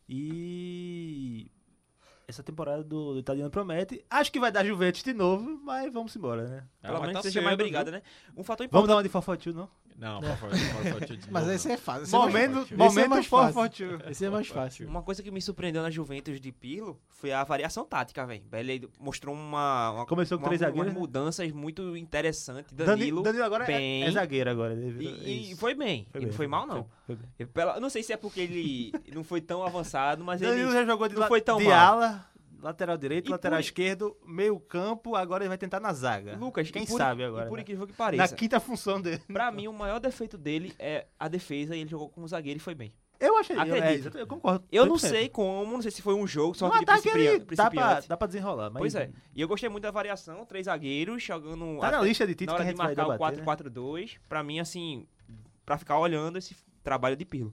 E essa temporada do, do italiano promete. Acho que vai dar Juventus de novo, mas vamos embora, né? Ela Pelo vai menos tá seja cedo, mais viu? brigada, né? Um fator Vamos importante. dar uma de Fofotil, não? Não, por favor, por favor, de Mas novo, esse não. é fácil. Esse é mais Momento, fácil. momento Esse é mais fácil. Fofotil. Esse é mais fácil. Uma coisa que me surpreendeu na Juventus de Pirlo foi a variação tática, velho. Ele mostrou uma, uma Começou com uma- três umas zagueiros, né? mudanças muito interessantes. Danilo, Danilo, Danilo agora é- bem. é zagueiro agora. ele virou- E, e isso. foi bem. ele não foi mal, não. Foi, foi bem. Eu pela- eu não sei se é porque ele não foi tão avançado, mas Danilo ele já jogou de, não la- foi tão de mal. ala, lateral direito, E lateral por- esquerdo, meio campo, agora ele vai tentar na zaga. Lucas, quem e por- sabe e agora. por né? incrível que Na pareça. quinta função dele. Pra mim, o maior defeito dele é a defesa e ele jogou como zagueiro e foi bem. Eu achei, eu, Acredito. é, exato, eu concordo. Eu não cem por cento. sei como, não sei se foi um jogo, No sorte de ataque principia- ele dá pra, principiante. dá pra desenrolar, mas Pois é. E eu gostei muito da variação, três zagueiros jogando tá na até- lista de títulos na hora que a de gente vai marcar o debater, quatro né? quatro dois. Pra mim, assim, pra ficar olhando esse trabalho de Pirlo.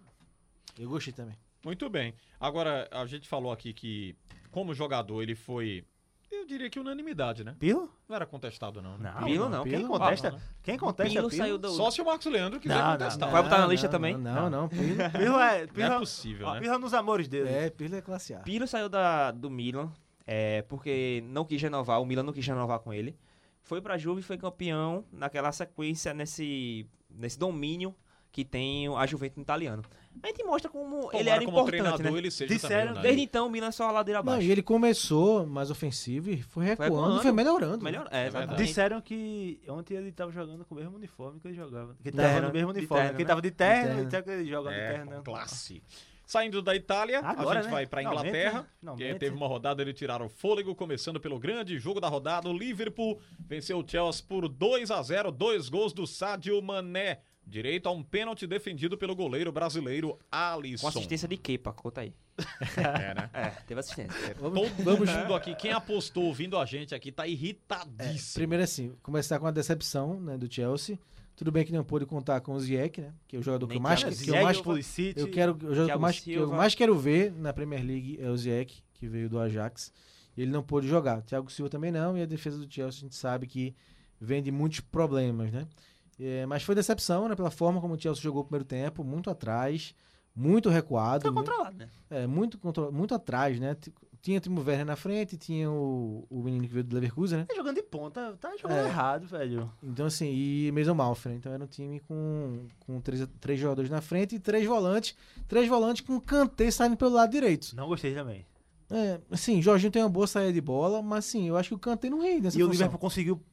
Eu gostei também. Muito bem. Agora, a gente falou aqui que, como jogador, ele foi, eu diria que unanimidade, né? Pirlo? Não era contestado, não. né? Não, Pirlo não, Quem Pirlo não, contesta? não, né? Quem contesta Pirlo é Pirlo? saiu do... Só se o Marcos Leandro quiser Não, contestar. não, Vai botar na Não, lista não, também? Não, não. Pirlo, Pirlo é, Não Pirlo, é possível, ó, né? Pirlo nos amores dele. é, Pirlo é classe A. Pirlo saiu da, do Milan, é, porque não quis renovar, o Milan não quis renovar com ele. Foi pra Juve e foi campeão naquela sequência, nesse, nesse domínio que tem a Juventus no italiano. A gente mostra como Tomara ele era como importante, treinador né? ele seja Disseram também, né? Desde então, o Milan é só a ladeira Não, abaixo. e ele começou mais ofensivo e foi recuando, recuando. e foi melhorando. Melhor, é, É exatamente. verdade. Disseram que ontem ele tava jogando com o mesmo uniforme que ele jogava. Que De tava terno, no mesmo de uniforme. terno, que né? tava de terno, De terno. e disseram que ele joga de É, terno. né? classe. Saindo da Itália, Agora, a gente né? vai pra Finalmente, Inglaterra. né? Que Finalmente. teve uma rodada, ele tiraram o fôlego, começando pelo grande jogo da rodada. O Liverpool venceu o Chelsea por dois a zero, dois gols do Sadio Mané. Direito a um pênalti defendido pelo goleiro brasileiro Alisson. Com assistência de Kepa, conta aí. É, né? É, teve assistência. Todo Vamos- mundo aqui, quem apostou ouvindo a gente aqui, tá É, irritadíssimo. primeiro assim, começar com a decepção, né, do Chelsea. Tudo bem que não pôde contar com o Ziyech, né? Que é o jogador que eu Nem mais, Thiago que eu Ziyech, mais, Pulisic, eu quero, o jogador que eu Thiago mais, que eu Silva. mais quero ver na Premier League é o Ziyech, que veio do Ajax. E ele não pôde jogar. Thiago Silva também não, e a defesa do Chelsea a gente sabe que vem de muitos problemas, né? É, mas foi decepção, né? Pela forma como o Chelsea jogou o primeiro tempo, muito atrás, muito recuado. Foi mu- controlado, né? É, muito, contro- muito atrás, né? T- Tinha o Timo Werner na frente, tinha o, o menino que veio do Leverkusen, né? tá jogando de ponta, tá jogando É. errado, velho. Então, assim, e Mason Mount, né? Então era um time com, com três, três jogadores na frente e três volantes. Três volantes com Kanté saindo pelo lado direito. Não gostei também. É, assim, Jorginho tem uma boa saída de bola, mas assim, eu acho que o Kanté não rende nessa E o função. Liverpool conseguiu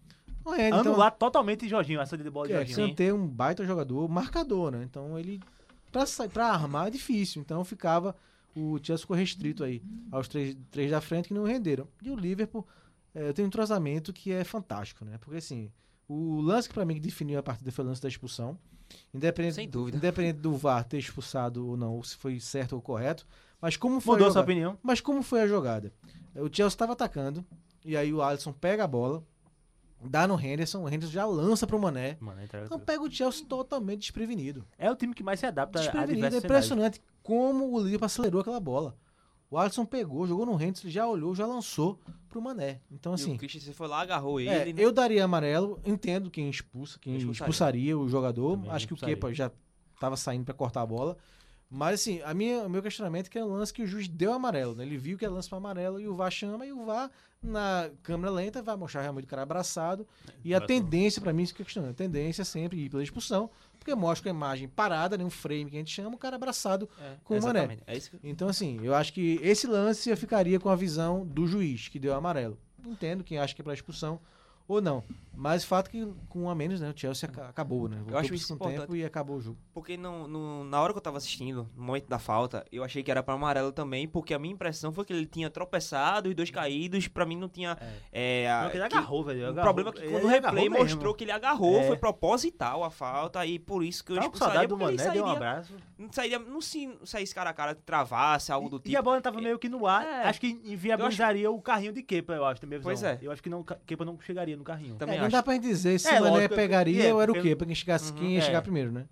O Henderson, Anular totalmente Jorginho, essa de bola de É, Jorginho. Kanté é um baita jogador, marcador, né? Então ele, pra, sa- pra armar é difícil. Então ficava, o Chelsea ficou restrito aí aos três, três da frente que não renderam. E o Liverpool é, tem um entrosamento que é fantástico, né? Porque assim, o lance que pra mim que definiu a partida foi o lance da expulsão. Independente, Sem dúvida. Independente do V A R ter expulsado ou não, ou se foi certo ou correto. Mas como foi Mudou a sua jogada? opinião? Mas como foi a jogada? O Chelsea estava atacando, e aí o Alisson pega a bola, dá no Henderson, o Henderson já lança pro Mané. Mano, entrega Então tudo. pega o Chelsea totalmente desprevenido. É o time que mais se adapta a Desprevenido. É diversos cenários. impressionante como o Liverpool acelerou aquela bola. O Alisson pegou, jogou no Henderson, já olhou, já lançou pro Mané. Então E assim, o Christensen foi lá, agarrou ele. é, né? eu daria amarelo, entendo quem expulsa, quem Eu expulsaria. expulsaria o jogador. Também Acho que o expulsaria. Kepa já tava saindo pra cortar a bola. Mas assim, a minha, o meu questionamento é que é um lance que o juiz deu amarelo, né? Ele viu que é lance para amarelo e o V A R chama, e o V A R, na câmera lenta, vai mostrar realmente o cara abraçado. E a Abraçou. tendência, pra mim, isso que é questionando, a tendência é sempre ir pela expulsão, porque mostra a imagem parada, né? Um frame que a gente chama, o cara abraçado É, com o Mané. exatamente. É isso que... Então, assim, eu acho que esse lance eu ficaria com a visão do juiz, que deu amarelo. Entendo quem acha que é pra expulsão ou não. Mas o fato é que com um a menos, né? O Chelsea aca- acabou, né? Voltou acho pro isso segundo importante. tempo e acabou o jogo. Porque no, no- na hora que eu tava assistindo, no momento da falta, eu achei que era pra amarelo também, porque a minha impressão foi que ele tinha tropeçado, os dois caídos, pra mim não tinha... É, a- Não, que ele que- agarrou, velho. O agarrou. problema é que Ele quando o agarrou replay mesmo. mostrou que ele agarrou, É. foi proposital a falta, e por isso que eu Tava com expulsaria, saudade do porque ele Mané, deu um sairia, abraço. não sairia, não se saísse cara a cara, travasse, algo do E, tipo. e a bola tava meio que no ar. É. Acho que inviabilizaria o carrinho de Kepa, eu acho, na minha visão. Pois é. Eu acho que não, Kepa não chegaria no carrinho. Também É, não acho. dá pra gente dizer se É, o Mané lógico, pegaria é, ou era o porque- quê? Pra quem, chegasse, quem ia é. chegar primeiro, né?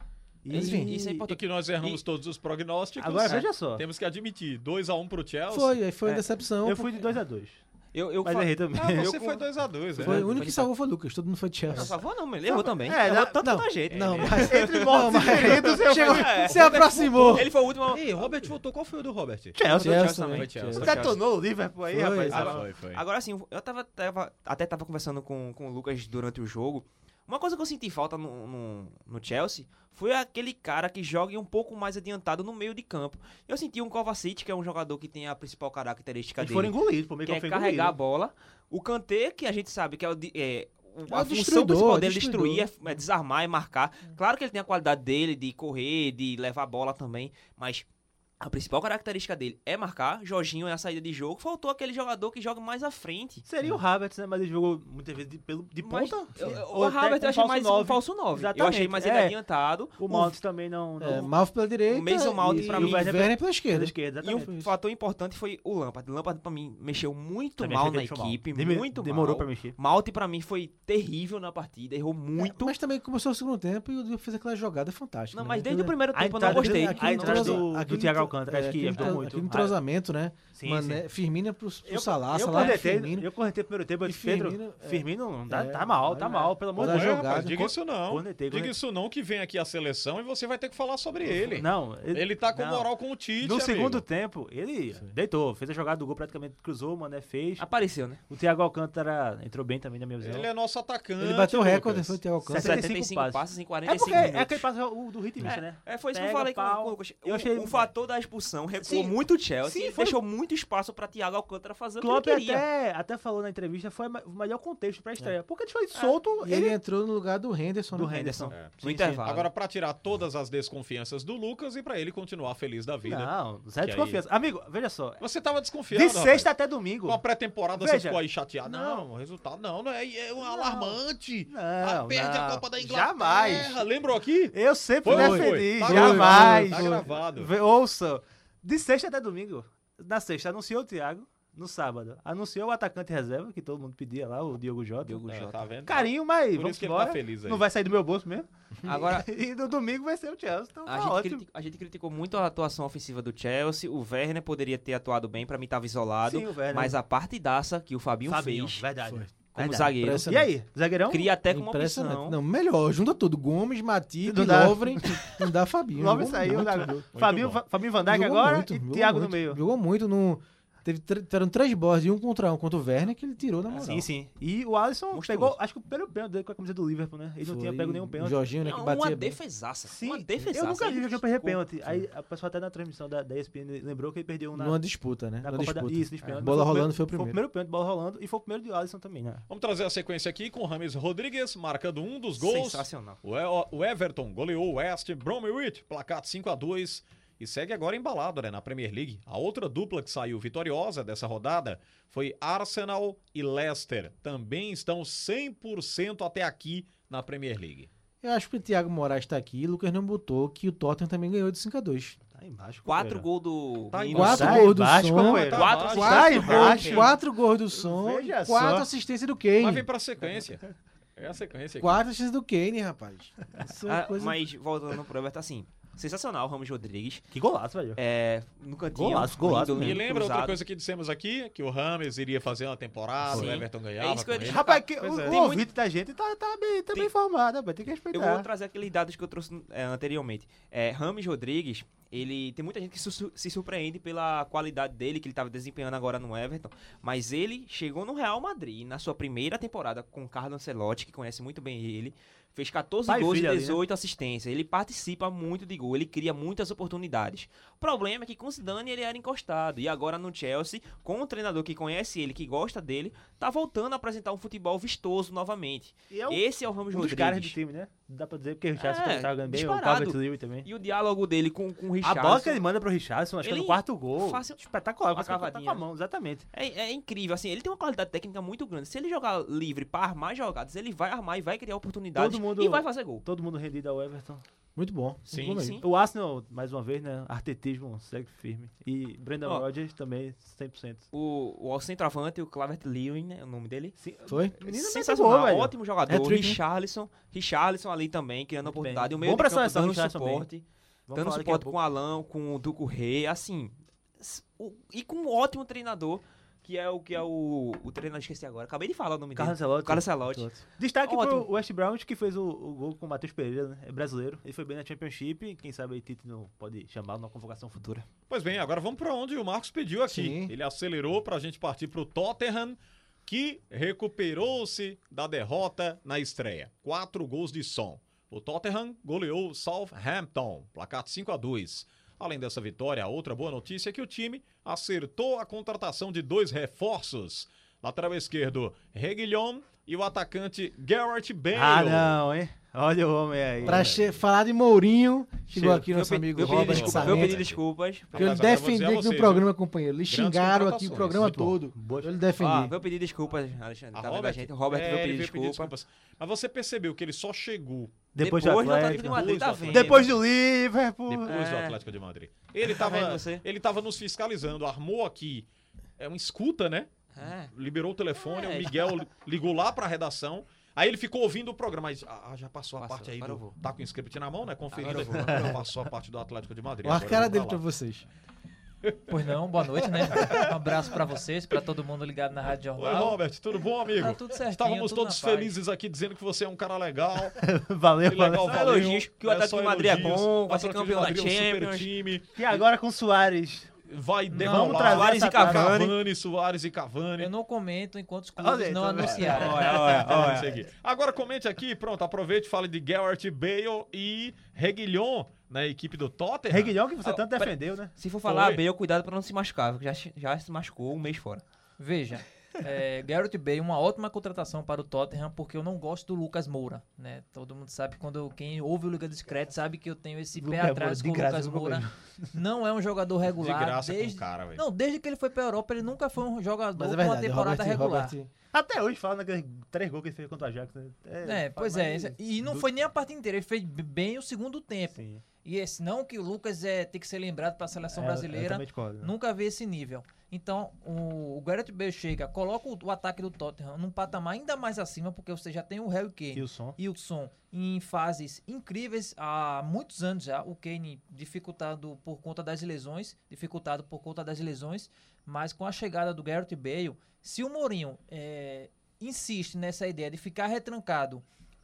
E, Enfim, isso é E importante. que nós erramos todos os prognósticos. Agora, É. veja só. Temos que admitir. dois a um pro Chelsea. Foi, aí foi É. uma decepção. Eu fui de dois a dois. Eu, eu Mas fa- errei também. Ah, Eu você com- foi dois a dois, Foi né? o único que salvou foi o Lucas, todo mundo foi Não, Chelsea. salvou não, mas ele errou também. É, errou não, tanto não, quanto a gente. Não, É. mas Entre mortos e feridos, eu chegou, É, se aproximou. Ele foi o último... Ei, Robert votou. Qual foi o do Robert? Chelsea. Chelsea também. também. Chelsea. Você detonou o Liverpool aí, Foi, rapaz. Ah, Agora- foi, foi. Agora sim, eu tava, tava- até tava conversando com, com o Lucas durante o jogo. Uma coisa que eu senti falta no, no, no Chelsea foi aquele cara que joga um pouco mais adiantado no meio de campo. Eu senti um Kovacic, que é um jogador que tem a principal característica Eles dele, foram engolidos, pô, meio que que é foi carregar a engolido. bola. O Kanté, que a gente sabe que é o... de- é, o- É o a função destruidor, principal é dele destruidor. destruir é, é desarmar e marcar. Claro que ele tem a qualidade dele de correr, de levar a bola também, mas a principal característica dele é marcar. Jorginho é a saída de jogo. Faltou aquele jogador que joga mais à frente. Seria o Havertz, né? Mas ele jogou muitas vezes de, pelo, de Mas, ponta. eu- eu- Ou o até Havertz com eu achei falso mais um nove. falso nove. Eu Exatamente, achei mais ele é. adiantado. O Mount também não... não... É, Malf pela direita O Mason Mount, e, pra e mim, o Werner pela pela esquerda. esquerda, E um exatamente. fator importante foi o Lampard. O Lampard, pra mim, mexeu muito Também mal achei na que ele mexeu mal. equipe. Deme- Muito Demorou mal. pra mexer. Malte, pra mim, foi terrível na partida. Errou muito. É, mas também começou o segundo tempo e o Liverpool fez aquela jogada fantástica. Não, né? mas desde o Aquele- primeiro A tempo eu não entrada gostei. dele- aquele a entrada entrosa- do- do aquele Thiago entro- Alcântara, é, acho que aquele ajudou entro- muito. Aquele entrosamento, né? Sim, Mané, sim. Firmino pro, pro Eu, Salah, eu Salah e cornetei, Firmino. eu cornetei no primeiro tempo, eu E disse, Pedro, Firmino, é, Firmino não dá, é, tá mal, tá é, mal, pelo amor olha de a Deus. jogada. Rapaz, diga isso não. Cornetei, Diga cornetei. isso não, que vem aqui a seleção e você vai ter que falar sobre ele. Não, Ele tá com não. moral com o Tite, No amigo. segundo tempo, ele deitou, fez a jogada do gol, praticamente cruzou, o Mané fez. Apareceu, né? O Thiago Alcântara entrou bem também, na minha visão. Ele é nosso atacante. Ele bateu o recorde, Lucas. foi o Thiago Alcântara. setenta e setenta e cinco passes. passes em quarenta É e cinco porque é minutos. aquele passo o, do ritmista, né? É, foi isso que eu Pega, falei com pau. com o Lucas. Eu O- achei- O fator da expulsão recuou Sim. muito o Chelsea Sim, e foi- deixou muito espaço pra Thiago Alcântara fazer Klopp o que ele queria. até, até falou na entrevista, foi ma- o melhor contexto pra estreia. Porque ele foi solto, E ele ele... entrou no lugar do Henderson. Do né? Henderson. É. No Sim, intervalo. Agora, pra tirar todas as desconfianças do Lucas e pra ele continuar feliz da vida. Não, zero Que desconfiança. Amigo, veja só. Você tava desconfiado, De sexta até domingo. Com a pré-temporada você Veja. ficou aí chateado. Não, Não. o resultado não, não é, é um alarmante. Não, Ah, perde a não. Copa da Inglaterra. Jamais. Lembrou aqui? Eu sempre Foi, defendi, foi. Tá jamais. gravado, tá gravado. Vê- Ouça, de sexta até domingo. Na sexta anunciou o Thiago, no sábado anunciou o atacante reserva, que todo mundo pedia lá, o Diogo Jota. Diogo É, Jota. tá vendo? Carinho, mas Por vamos isso que ele embora. tá feliz aí. Não vai sair do meu bolso mesmo. Agora, E no domingo vai ser o Chelsea, então a tá gente, ótimo. criti- a gente criticou muito a atuação ofensiva do Chelsea. O Werner poderia ter atuado bem, pra mim tava isolado. Sim, o Werner. Mas a partidaça que o Fabinho, Fabinho, fez verdade. Foi. como Verdade. zagueiro, Impressionante. E aí, zagueirão? cria até como Impressionante. opção. Não, melhor, junta tudo. Gomes, Matip, Não dá. Lovren, não dá Fabinho. Logo Jogou saiu, muito, né? jogou- Fabinho, bom. Va- Fabinho Van Dijk jogou agora muito, e jogou Thiago muito. no meio. Jogou muito no... Teve tr- tiveram três bolas de um contra um contra o Werner que ele tirou na moral. Sim, sim. E o Alisson Monstruoso. pegou, acho que o primeiro pênalti dele com a camisa do Liverpool, né? Ele não tinha Foi pego nenhum O pênalti. Jorginho, né, que Não, batia uma bem. defesaça. Sim, uma defesaça. eu nunca vi o Ele Jorginho perder ficou- pênalti. Aí a pessoa até na transmissão da, da E S P N lembrou que ele perdeu um na, Numa disputa, né? na Numa Copa da... disputa. Isso, nos É, pênaltis. bola Mas rolando primeiro- foi o Foi o primeiro. primeiro pênalti, bola rolando, e foi o primeiro de Alisson também, né? Vamos trazer a sequência aqui com o James Rodrigues marcando um dos gols. Sensacional. O, E- o Everton goleou o West Bromwich, placar de cinco a dois. E segue agora embalado, né, na Premier League. A outra dupla que saiu vitoriosa dessa rodada foi Arsenal e Leicester. Também estão cem por cento até aqui na Premier League. Eu acho que o Thiago Moraes tá aqui e o Lucas não botou que o Tottenham também ganhou de cinco a dois. Tá embaixo. Quatro companheiro. gols do... Tá menino Quatro Tá gols do embaixo, som. companheiro. Tá Quatro abaixo. Quatro, Tá gols, embaixo. quatro gols do som, Veja quatro só. assistências do Mas vem Kane. pra sequência. É a sequência aqui. Quatro assistências do Kane, rapaz. Isso é Ah, coisa... Mas voltando pro Everton, assim, sensacional, Ramos Rodrigues. Que golaço, velho. É, no cantinho. Golaço, golaço lindo, mesmo. E lindo, lembra outra cruzado. coisa que dissemos aqui? Que o Rames iria fazer uma temporada, Sim. o Everton ganhava É isso que eu com ia ele. dizer. Rapaz, que, Pois o, é. o Tem ouvinte da gente tá, tá bem, tá bem Tem- informado, rapaz, tem que Eu respeitar. vou trazer aqueles dados que eu trouxe é, anteriormente. É, Rames Rodrigues, ele tem muita gente que su- se surpreende pela qualidade dele, que ele estava desempenhando agora no Everton, mas ele chegou no Real Madrid na sua primeira temporada com o Carlo Ancelotti, que conhece muito bem ele, fez catorze Pai e gols e filho ali, né? dezoito assistências. Ele participa muito de gol, ele cria muitas oportunidades. O problema é que com o Zidane ele era encostado, e agora no Chelsea, com um treinador que conhece ele, que gosta dele, tá voltando a apresentar um futebol vistoso novamente. E é um, Esse é o Ramos um dos Rodrigues. caras do time, né? Dá pra dizer, porque o Richardson É, também tá jogando bem, o disparado. Calvert-Lewin também. E o diálogo dele com, com o A Richardson... bola que ele manda pro Richardson, acho que é no Ele quarto gol. fácil- Espetacular, Uma quase que ele tá cavadinha, com a né? mão, exatamente. É, é incrível, assim, ele tem uma qualidade técnica muito grande. Se ele jogar livre para armar jogadas, ele vai armar e vai criar oportunidades Todo mundo- e vai fazer gol. Todo mundo rendido ao Everton. Muito bom. Sim, muito bom mesmo. sim. O Arsenal, mais uma vez, né? Artetismo segue firme. E Brendan Ó. Rodgers também, cem por cento. O, o centroavante, o Calvert-Lewin, né, é o nome dele. Sim, Foi? menino mete Sensacional, gol, velho. ótimo jogador. Hat-trick, né? Richarlison, Richarlison ali também, criando Muito oportunidade. bem. O meio Bom de pra campo seleção, dando Richarlison bem. suporte, Vamos dando falar daqui a suporte pouco. com o Alan, com o Duco Rei, assim, s- o- e com um ótimo treinador, que é o que é o, o treinador, esqueci agora, acabei de falar o nome Carlos dele. Ancelotti. Carlos Ancelotti. Destaque Ótimo. pro West Brown, que fez o, o gol com o Matheus Pereira, né? É brasileiro. Ele foi bem na Championship. Quem sabe aí Tite não pode chamar numa convocação futura. Pois bem, agora vamos para onde o Marcos pediu aqui. Sim. Ele acelerou para a gente partir para o Tottenham, que recuperou-se da derrota na estreia. Quatro gols de som. O Tottenham goleou o Southampton, placar de cinco a dois. Além dessa vitória, a outra boa notícia é que o time acertou a contratação de dois reforços. Lateral esquerdo, Reguilhon, e o atacante Gareth Bale. Ah, não, hein? Olha o homem aí. Pra che- falar de Mourinho, chegou Chega. aqui nosso Meu, amigo meu pedido Robert desculpa, meu Sarmento. pedido desculpas. Que eu Mas agora eu vou dizer defendi a aqui no vocês, programa, companheiro. Eles Grandes xingaram aqui o contratações. programa Muito bom. todo. Boa. Eu lhe defendi. Ah, meu pedido de desculpas, Alexandre. A Tá vendo a Robert, gente? O Robert é, veio ele pedir veio pedir desculpa. desculpas. Mas você percebeu que ele só chegou Depois, Depois do do Atlético Atlético. de Madrid, tá Depois do vendo? Depois do Liverpool. depois do É. Atlético de Madrid. Ele Tá tava, vendo você? ele tava nos fiscalizando, armou aqui é uma escuta, né? É. Liberou o telefone, É. o Miguel ligou lá pra redação. Aí ele ficou ouvindo o programa, mas ah, já passou a Passou, parte aí agora eu do vou. tá com o script na mão, né? Conferindo. Agora eu vou, Agora passou a parte do Atlético de Madrid. Olha a Agora cara eu vou dele pra pra lá. vocês. Pois não, boa noite, né? Um abraço pra vocês, pra todo mundo ligado na Rádio Oi, Jornal. Robert, tudo bom, amigo? Tá tudo certinho, Estávamos tudo todos na paz. felizes aqui dizendo que você é um cara legal. Valeu, Que legal, valeu. valeu. Elogios, que o É Atlético só de Madrid é elogios. bom, O vai ser Atlético de campeão da Madrid é um super Champions. time. E agora com o Soares. Vai Vamos decolar. trazer Suárez essa e Cavani. Cavani, Soares e Cavani. Eu não comento enquanto os Olha clubes aí, não tá vendo? anunciarem. Olha, olha, olha. Isso aqui. Agora comente aqui, pronto, aproveite e fale de Gareth Bale e Reguilhon na equipe do Tottenham. Reguilhão que você Ah, tanto pera- defendeu, né? Se for falar Foi. bem, cuidado pra não se machucar, porque já, já se machucou um mês fora. Veja, é, Gareth Bale, uma ótima contratação para o Tottenham, porque eu não gosto do Lucas Moura, né? Todo mundo sabe, quando quem ouve o Liga Discreto sabe que eu tenho esse pé Lucas atrás Moura, com o de graça, Lucas eu nunca Moura. Não é um jogador De regular. graça desde... com o cara, velho. Não, desde que ele foi pra Europa, ele nunca foi um jogador Mas é com uma verdade, temporada Robert, regular. Robert, Até hoje fala naqueles três gols que ele fez contra o Ajax, né? É, pois é. esse- E não do- foi nem a parte inteira, ele fez b- bem o segundo tempo. Sim. E esse não que o Lucas é, tem que ser lembrado para a seleção É, eu brasileira. também discordo, né? Nunca vi esse nível. Então, o, o Gareth Bale chega, coloca o, o ataque do Tottenham num patamar ainda mais acima, porque você já tem o Harry Kane E o som? e o Son em fases incríveis há muitos anos já. O Kane dificultado por conta das lesões, dificultado por conta das lesões, mas com a chegada do Gareth Bale, se o Mourinho é, insiste nessa ideia de ficar retrancado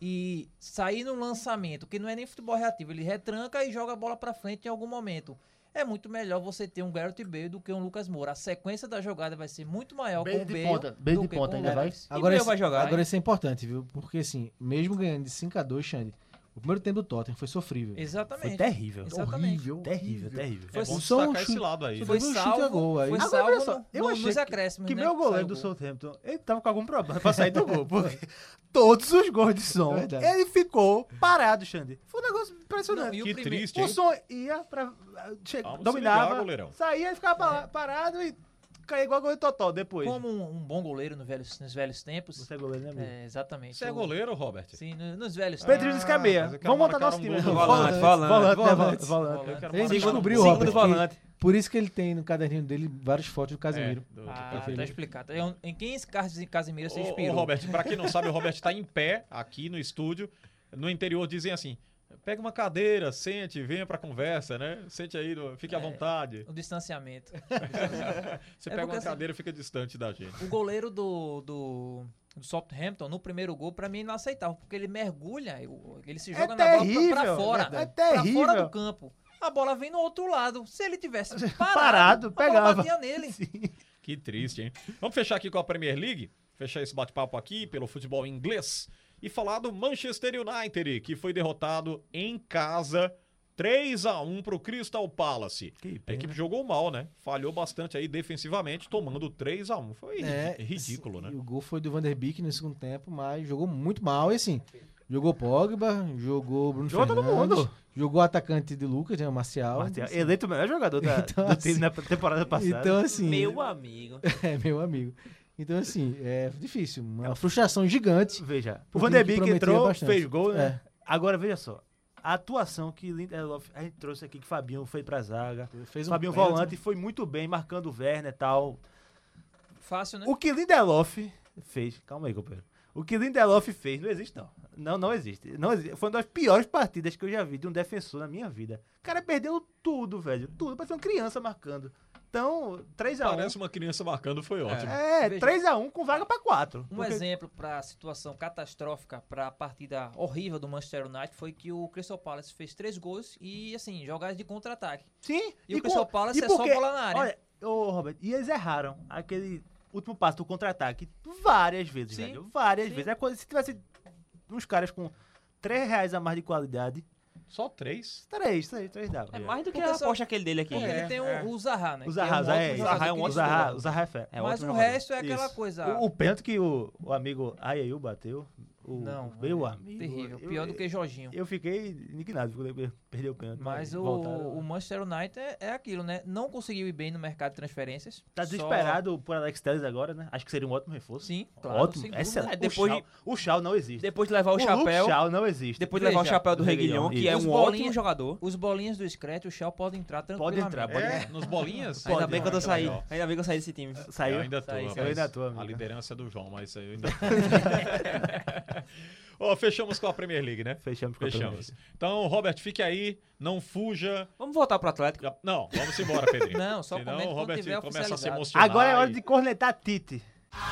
e sair no lançamento, que não é nem futebol reativo, ele retranca e joga a bola pra frente em algum momento. é muito melhor você ter um Gareth Bale do que um Lucas Moura. A sequência da jogada vai ser muito maior Bale com o de Bale ponta, Bale do de que ponta com o ainda vai? Lucas. E Agora, Bale esse, vai jogar, agora hein? isso é importante, viu? Porque assim, mesmo ganhando de cinco a dois, Xande, o primeiro tempo do Tottenham foi sofrível. Exatamente. Foi terrível. Exatamente. Horrível, terrível, terrível. É bom só um destacar esse chute. lado aí. Foi Teve um chute salvo, a gol aí. foi Agora, salvo olha só, no- eu no- achei nos que- acréscimos, Que né? meu goleiro Saiu do gol. Southampton, ele tava com algum problema pra sair do gol, porque todos os gols de som, É verdade. ele ficou parado, Xande. Foi um negócio Não, impressionante. e o Que primeiro- triste, O hein? som ia pra... Che... Vamos se dominava, ligar, goleirão. saía e ficava pa- parado e caía igual gol Totó depois. Como um, um bom goleiro no velhos- nos velhos tempos. Você é goleiro, né, amigo? É, exatamente. Você é O- goleiro, Robert? Sim, no- nos velhos Pedrinho tempos. de Escameia. mas eu quero Vamos montar marcar nosso um time. gol. Volante, volante. Volante, né, Volante. volante. Eu quero Ele marcar um descobriu, gol. Robert, Segundo volante. que- por isso que ele tem no caderninho dele várias fotos do Casemiro. É, do- do Ah, Casemiro. tá explicado. Em- Em quem esse Cas- Casemiro se Ô, ô, inspirou? Robert, pra quem não sabe, o Robert tá em pé aqui no estúdio. No interior dizem assim: pega uma cadeira, sente, venha pra conversa, né? Sente aí, no- fique à É. vontade. O distanciamento. Você É pega porque uma assim- cadeira e fica distante da gente. O goleiro do, do, do Southampton, no primeiro gol, pra mim é inaceitável, porque ele mergulha, o- ele se joga na bola pra, pra terrível, fora. é Pra fora terrível. do campo. A bola vem no outro lado. Se ele tivesse parado, Parado, a pegava. bola batia nele. Que triste, hein? Vamos fechar aqui com a Premier League, fechar esse bate-papo aqui pelo futebol inglês e falar do Manchester United, que foi derrotado em casa três a um pro Crystal Palace. A equipe jogou mal, né? Falhou bastante aí defensivamente, tomando três a um. Foi É, ridículo, e né? o gol foi do Van der Beek no segundo tempo, mas jogou muito mal. E assim, jogou Pogba, jogou Bruno Jogou todo Fernandes, mundo. jogou o atacante de Lucas, né, o Marcial. Martial, Assim, eleito o melhor jogador da, Então, do time assim, na temporada passada. Então assim, Meu amigo. é meu amigo. Então assim, é difícil, uma frustração gigante. Veja, o Pro Van time der que Beek prometia entrou, bastante. fez gol, né? É. Agora, veja só. A atuação que Lindelof, a gente trouxe aqui, que Fabinho foi pra zaga. Fez um Fabinho pênalti. volante foi muito bem, marcando o Werner e tal. Fácil, né? O que Lindelof fez... Calma aí, companheiro. O que Lindelof fez não existe, não. Não, não existe. Não existe. Foi uma das piores partidas que eu já vi de um defensor na minha vida. O cara perdeu tudo, velho. Tudo. Parece uma criança marcando. Então, três a um. Parece uma criança marcando, foi ótimo. É, Veja. três a um com vaga pra quatro. Um exemplo para a situação catastrófica, para a partida horrível do Manchester United, foi que o Crystal Palace fez três gols e, assim, jogadas de contra-ataque. Sim. E o Crystal com- Palace e é só porque- bola na área. Olha, ô Robert, e eles erraram aquele último passo do contra-ataque várias vezes, Sim, velho. Várias sim. vezes. É coisa, se tivesse uns caras com três reais a mais de qualidade, Só três? três, três, três dava. É já. mais do que Porque a só- aposta aquele dele aqui. Porque ele tem o, o Zaha, né? O que é um Zaha, ótimo é, jogador Zaha é um que ótimo o Zaha, jogador. o Zaha é fé. É Mas ótimo o jogador. resto é aquela Isso. coisa... O, o pênalti que o, o amigo Ayayu bateu, o Não, meu é amigo... terrível. eu- Pior do que Jorginho. Eu fiquei indignado quando ele perdeu o pênalti. Mas o, voltaram. o Manchester United é, é aquilo, né? Não conseguiu ir bem no mercado de transferências. Tá Só- desesperado por Alex Telles agora, né? Acho que seria um ótimo reforço. Sim, claro. Ótimo, sem dúvida. excelente. É, depois o, Shaw, o Shaw não existe. Depois de levar o, o chapéu. Luke Shaw não existe. Depois de levar o Veja, chapéu do do Reguilhão, Reguilhão, que é isso. um Os ótimo bolinha- jogador. Os bolinhas do Scratch, o Shell pode entrar Pode tranquilamente. entrar, pode É, entrar. nos bolinhas? Ainda bem que eu tô Que saindo. legal. Ainda bem que eu saí desse time. Saiu. Eu ainda tô, Saiu, rapaz. eu ainda tô, A amigo. liderança é do João, mas eu ainda Ó, fechamos com a Premier League, né? Fechamos com a Fechamos. Então, Robert, fique aí, não fuja. Vamos voltar pro Atlético. Já- Não, vamos embora, Pedrinho. Não, só Senão comenta o quando Robert tiver começa a se oficializado. emocionar. Agora é hora e- de cornetar Tite.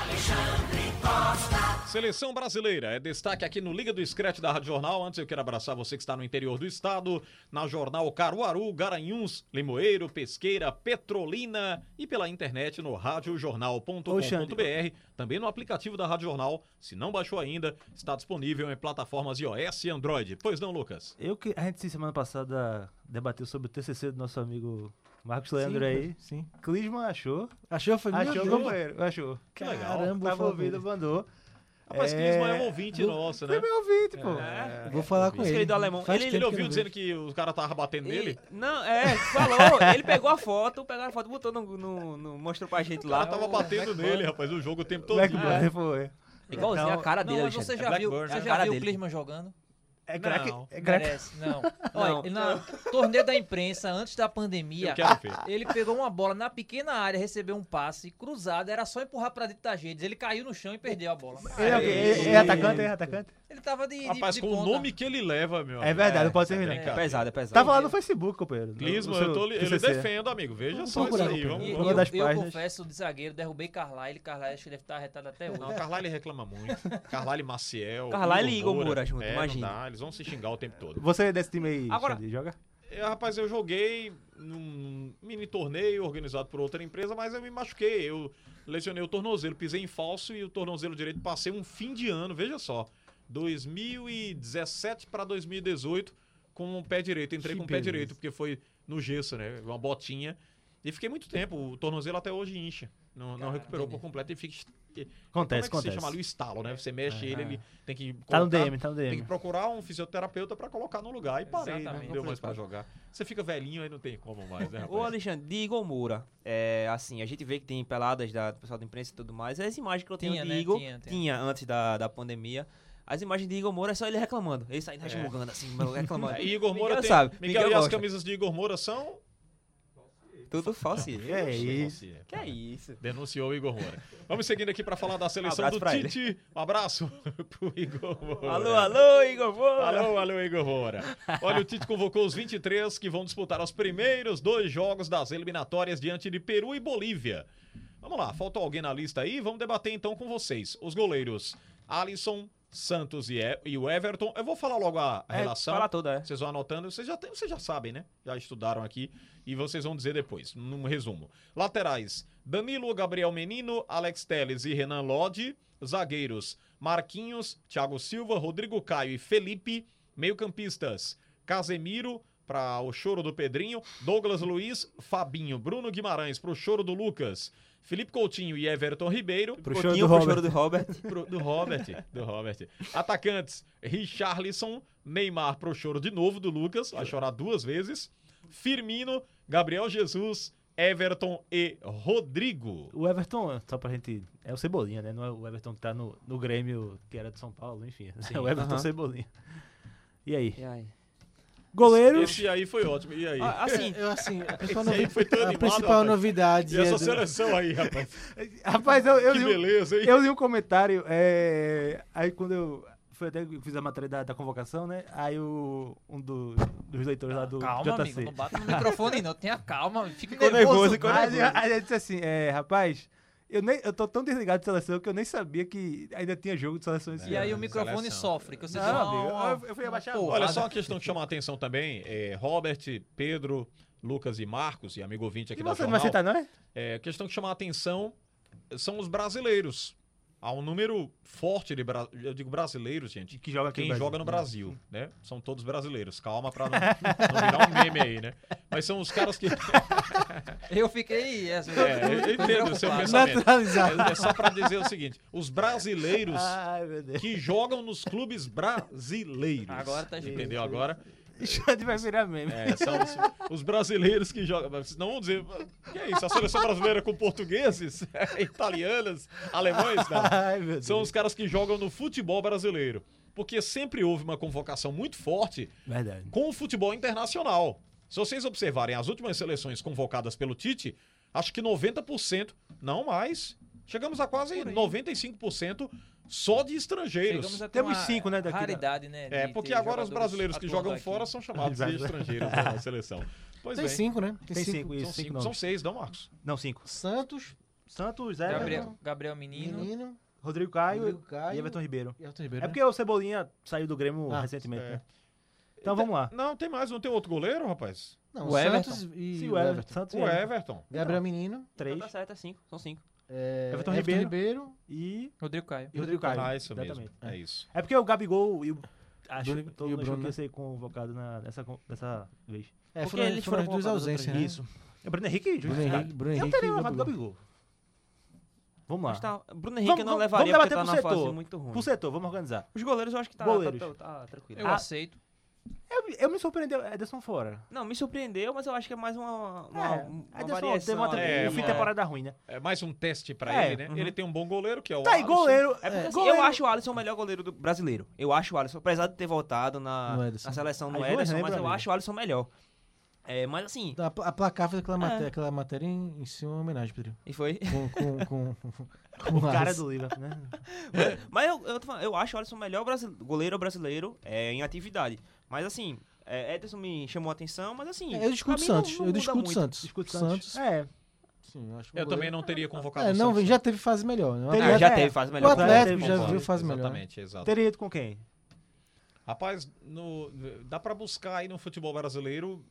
Seleção brasileira é destaque aqui no Liga do Scratch da Rádio Jornal. Antes eu quero abraçar você que está no interior do estado, na Jornal Caruaru, Garanhuns, Limoeiro, Pesqueira, Petrolina e pela internet no rádio jornal ponto com ponto b r, também no aplicativo da Rádio Jornal. Se não baixou ainda, está disponível em plataformas iOS e Android. Pois não, Lucas? Eu que a gente semana passada debateu sobre o T C C do nosso amigo Marcos Leandro aí. Sim. Clisman achou. Achou? Foi meu Achou, Deus. companheiro. Achou. Que legal. Caramba, Tava vou ouvindo, falar mandou. Rapaz, Clisman é um ouvinte vou- nosso, né? Foi meu ouvinte, pô. É. Vou falar com Esse ele. querido alemão. Faz Ele- tempo Ele que eu ouviu não dizendo vejo. que o cara tava batendo nele? Ele- Não, é, falou. Ele pegou a foto, pegou a foto, botou no, no, no- mostrou pra gente O cara lá. tava batendo nele, rapaz, o jogo o tempo todo. Blackburn, foi. Igualzinho Então, a cara Não, dele, mas você Alexandre. já É viu, Blackburn, você a já cara viu o dele. Klinsmann jogando? É craque. Não. É craque. Merece, não. Olha, Não. ele na torneio da imprensa, antes da pandemia, Eu quero ver. ele pegou uma bola na pequena área, recebeu um passe cruzado, era só empurrar pra dentro das redes. Ele caiu no chão e perdeu a bola. Ele é o quê? Ele é atacante, é atacante? Ele tava de, de, Rapaz, de com o ponta. nome que ele leva, meu É amigo. verdade, não pode ser é ruim. brincadeira. É pesado, é pesado. Tava lá no Facebook, companheiro. Clisman, No eu, tô, seu li- eu lhe T C C. defendo, amigo. Veja só isso procurar, aí. vou Vamos, E, e Uma eu, das eu páginas. confesso, de zagueiro, derrubei Carlyle. Carlyle acho que deve estar arretado até hoje. Não, Carlyle reclama muito. Carlyle Maciel. Carlyle e Igor Moura junto, é, imagina. Não dá, eles vão se xingar o tempo todo. Você é desse time aí, Agora- Xande, joga? É, rapaz, eu joguei num mini torneio organizado por outra empresa, mas eu me machuquei. Eu lesionei o tornozelo, pisei em falso e o tornozelo direito passei um fim de ano, veja só. dois mil e dezessete para dois mil e dezoito com o pé direito. Entrei Que com o pé beleza. direito, porque foi no gesso, né? Uma botinha. E fiquei muito tempo. O tornozelo até hoje incha. Não, não recuperou por completo e fica. Acontece, Como é que acontece. se chama ali o estalo, né? Você mexe ele, ele tem que. Tá no colocar- D M, tá no D M. Tem que procurar um fisioterapeuta pra colocar no lugar. E parei, né? Exatamente. Não deu mais pra jogar. Você fica velhinho aí não tem como mais, né, Ô, rapaz? Alexandre, de Igor Moura, é, assim, a gente vê que tem peladas da, do pessoal da imprensa e tudo mais. As imagens que eu tenho Tinha, de né? Igor, Tinha, tinha. tinha antes da, da pandemia. As imagens de Igor Moura é só ele reclamando. Ele saindo resmungando assim, reclamando. É, Igor Moura Miguel tem. sabe, Miguel, Miguel e as gosta. camisas de Igor Moura são. Tudo falso. Que é isso? Que é isso? Denunciou o Igor Moura. Vamos seguindo aqui pra falar da seleção abraço do pra ele. Tite. Um abraço pro Igor Moura. Alô, alô, Igor Moura. Alô, alô, Igor Moura. Olha, o Tite convocou os vinte e três que vão disputar os primeiros dois jogos das eliminatórias diante de Peru e Bolívia. Vamos lá, faltou alguém na lista aí? Vamos debater então com vocês. Os goleiros Alisson, Santos e, e o Everton. Eu vou falar logo a, a É, relação. fala toda, é. Vocês vão anotando. Vocês já, tem, vocês já sabem, né? Já estudaram aqui. E vocês vão dizer depois, num resumo. Laterais, Danilo, Gabriel Menino, Alex Telles e Renan Lodge. Zagueiros, Marquinhos, Thiago Silva, Rodrigo Caio e Felipe. Meio-campistas, Casemiro, para o choro do Pedrinho. Douglas Luiz, Fabinho, Bruno Guimarães para o choro do Lucas. Felipe Coutinho e Everton Ribeiro. Pro show Coutinho do pro Robert. choro do Robert. Pro- do Robert, do Robert. Atacantes, Richarlison, Neymar pro choro de novo do Lucas, vai chorar duas vezes. Firmino, Gabriel Jesus, Everton e Rodrigo. O Everton, só pra gente. É o Cebolinha, né? Não é o Everton que tá no, no Grêmio, que era de São Paulo, enfim. É o Everton aham. Cebolinha. E aí? E aí? Goleiros. Esse aí foi ótimo. E aí? Ah, assim, Eu, assim, a principal, Esse aí novi- foi tão a animado, principal rapaz. novidade E essa é do- seleção aí, rapaz? Rapaz, eu, eu, Que li, um- beleza, hein? eu li um comentário. É, aí quando eu. Foi até que eu fiz a matéria da, da convocação, né? Aí o, um do- dos leitores lá do Calma, J C. amigo, não bata no microfone não. Tenha calma, fica Ficou nervoso. nervoso, ficou Aí, nervoso. aí ele disse assim: é, rapaz, eu, nem, eu tô tão desligado de seleção que eu nem sabia que ainda tinha jogo de seleção esse E aí ano. o microfone Seleção. sofre. Que você Não, dá amigo, uma- eu- eu fui abaixar a uma bola. Olha, porrada. só uma questão que chama a atenção também. É, Robert, Pedro, Lucas e Marcos, e amigo ouvinte aqui E da você não vai Jornal. citar, não é? É, a questão que chama a atenção são os brasileiros. Há um número forte de bra... eu digo brasileiros, gente. Que joga aqui Quem no Brasil. joga no Brasil, né? São todos brasileiros. Calma pra não, não virar um meme aí, né? Mas são os caras que. Eu fiquei... É, É, eu entendo o seu preocupado. pensamento. Naturalizado. É, é só pra dizer o seguinte: os brasileiros Ai, meu Deus. que jogam nos clubes brasileiros. Agora tá difícil. Entendeu agora? Xande vai virar meme. É, são os, os brasileiros que jogam. Mas não vão dizer. Que é isso? A seleção brasileira com portugueses, italianos, alemães? Não. Ai, meu Deus. São os caras que jogam no futebol brasileiro. Porque sempre houve uma convocação muito forte Verdade. com o futebol internacional. Se vocês observarem as últimas seleções convocadas pelo Tite, acho que noventa por cento, não mais, chegamos a quase noventa e cinco por cento só de estrangeiros. Chegamos a ter Temos uma cinco, né, daqui da- raridade, né? É, de porque ter agora os jogadores brasileiros que atuando jogam aqui. fora são chamados de Exato. estrangeiros na seleção. Pois Tem bem, cinco, né? Tem cinco, isso. são, cinco cinco, nomes. são seis, não, Marcos? Não, cinco. Santos, Santos, Everton, Gabriel, Gabriel Menino. Menino Rodrigo Caio, Rodrigo Caio e Everton Ribeiro. e Everton Ribeiro. É né? porque o Cebolinha saiu do Grêmio Ah, recentemente, é. né? Então vamos lá. Não, tem mais, não tem outro goleiro, rapaz? Não, o o Everton. Santos e Sim, o o Everton. Everton. Santos e O Everton. Everton. Gabriel Menino, Três. Tá certo, é cinco. São cinco. é, Everton Everton, Ribeiro. Ribeiro. E, Rodrigo Caio. e Rodrigo Caio. Ah, isso Exatamente. mesmo. É isso. É porque o Gabigol e o... Acho Bruno- que todo e o mundo achou Bruno, que ia né? ser convocado na, nessa, con- dessa vez. É, Porque foram, eles foram foram as duas convocados ausências, outras né? Isso. É Bruno Henrique? Bruno Justo. Henrique, Bruno Eu Henrique teria e levado o Gabigol. Gabigol. Vamos lá. Mas tá, Bruno Henrique eu não vamos, levaria vamos porque debater tá por na fase setor. muito ruim. Por setor, vamos organizar. Os goleiros eu acho que tá, Goleiros. tá, tá, tá tranquilo. Eu Ah, aceito. Eu, eu me surpreendeu, Ederson fora. Não, me surpreendeu, mas eu acho que é mais uma, uma, É, uma Ederson variação. teve uma, ali. é, um fim de uma- temporada ruim, né? É mais um teste pra É, ele, né? uhum. Ele tem um bom goleiro, que é o Tá, e Alisson. goleiro... É porque, assim, goleiro- eu acho o Alisson o melhor goleiro do brasileiro. Eu acho o Alisson, apesar de ter voltado na, No Ederson. na seleção no Aí dois Ederson, mas lembra, eu amigo. acho o Alisson melhor. É, mas assim, A, a placar fez aquela, É. matéria, aquela matéria em, em cima uma homenagem, Pedro. e foi. Com, com, com, com, com O cara Alisson. do Liverpool, né? Mas eu, eu, tô falando, eu acho o Alisson o melhor brasile- goleiro brasileiro é, em atividade. Mas assim, é, Ederson me chamou a atenção, mas assim. É, eu discuto pra mim não- Santos, não eu muda discuto muito. Santos. Discute Santos. É. Sim, eu acho Eu um também goleiro- não teria convocado É, o não, Santos. já teve fase melhor. Né? Teria- Ah, É, já teve fase O melhor. Atlético Concordo, já viu fase melhor. Exatamente, exato. Teria ido com quem? Rapaz, no- dá pra buscar aí no futebol brasileiro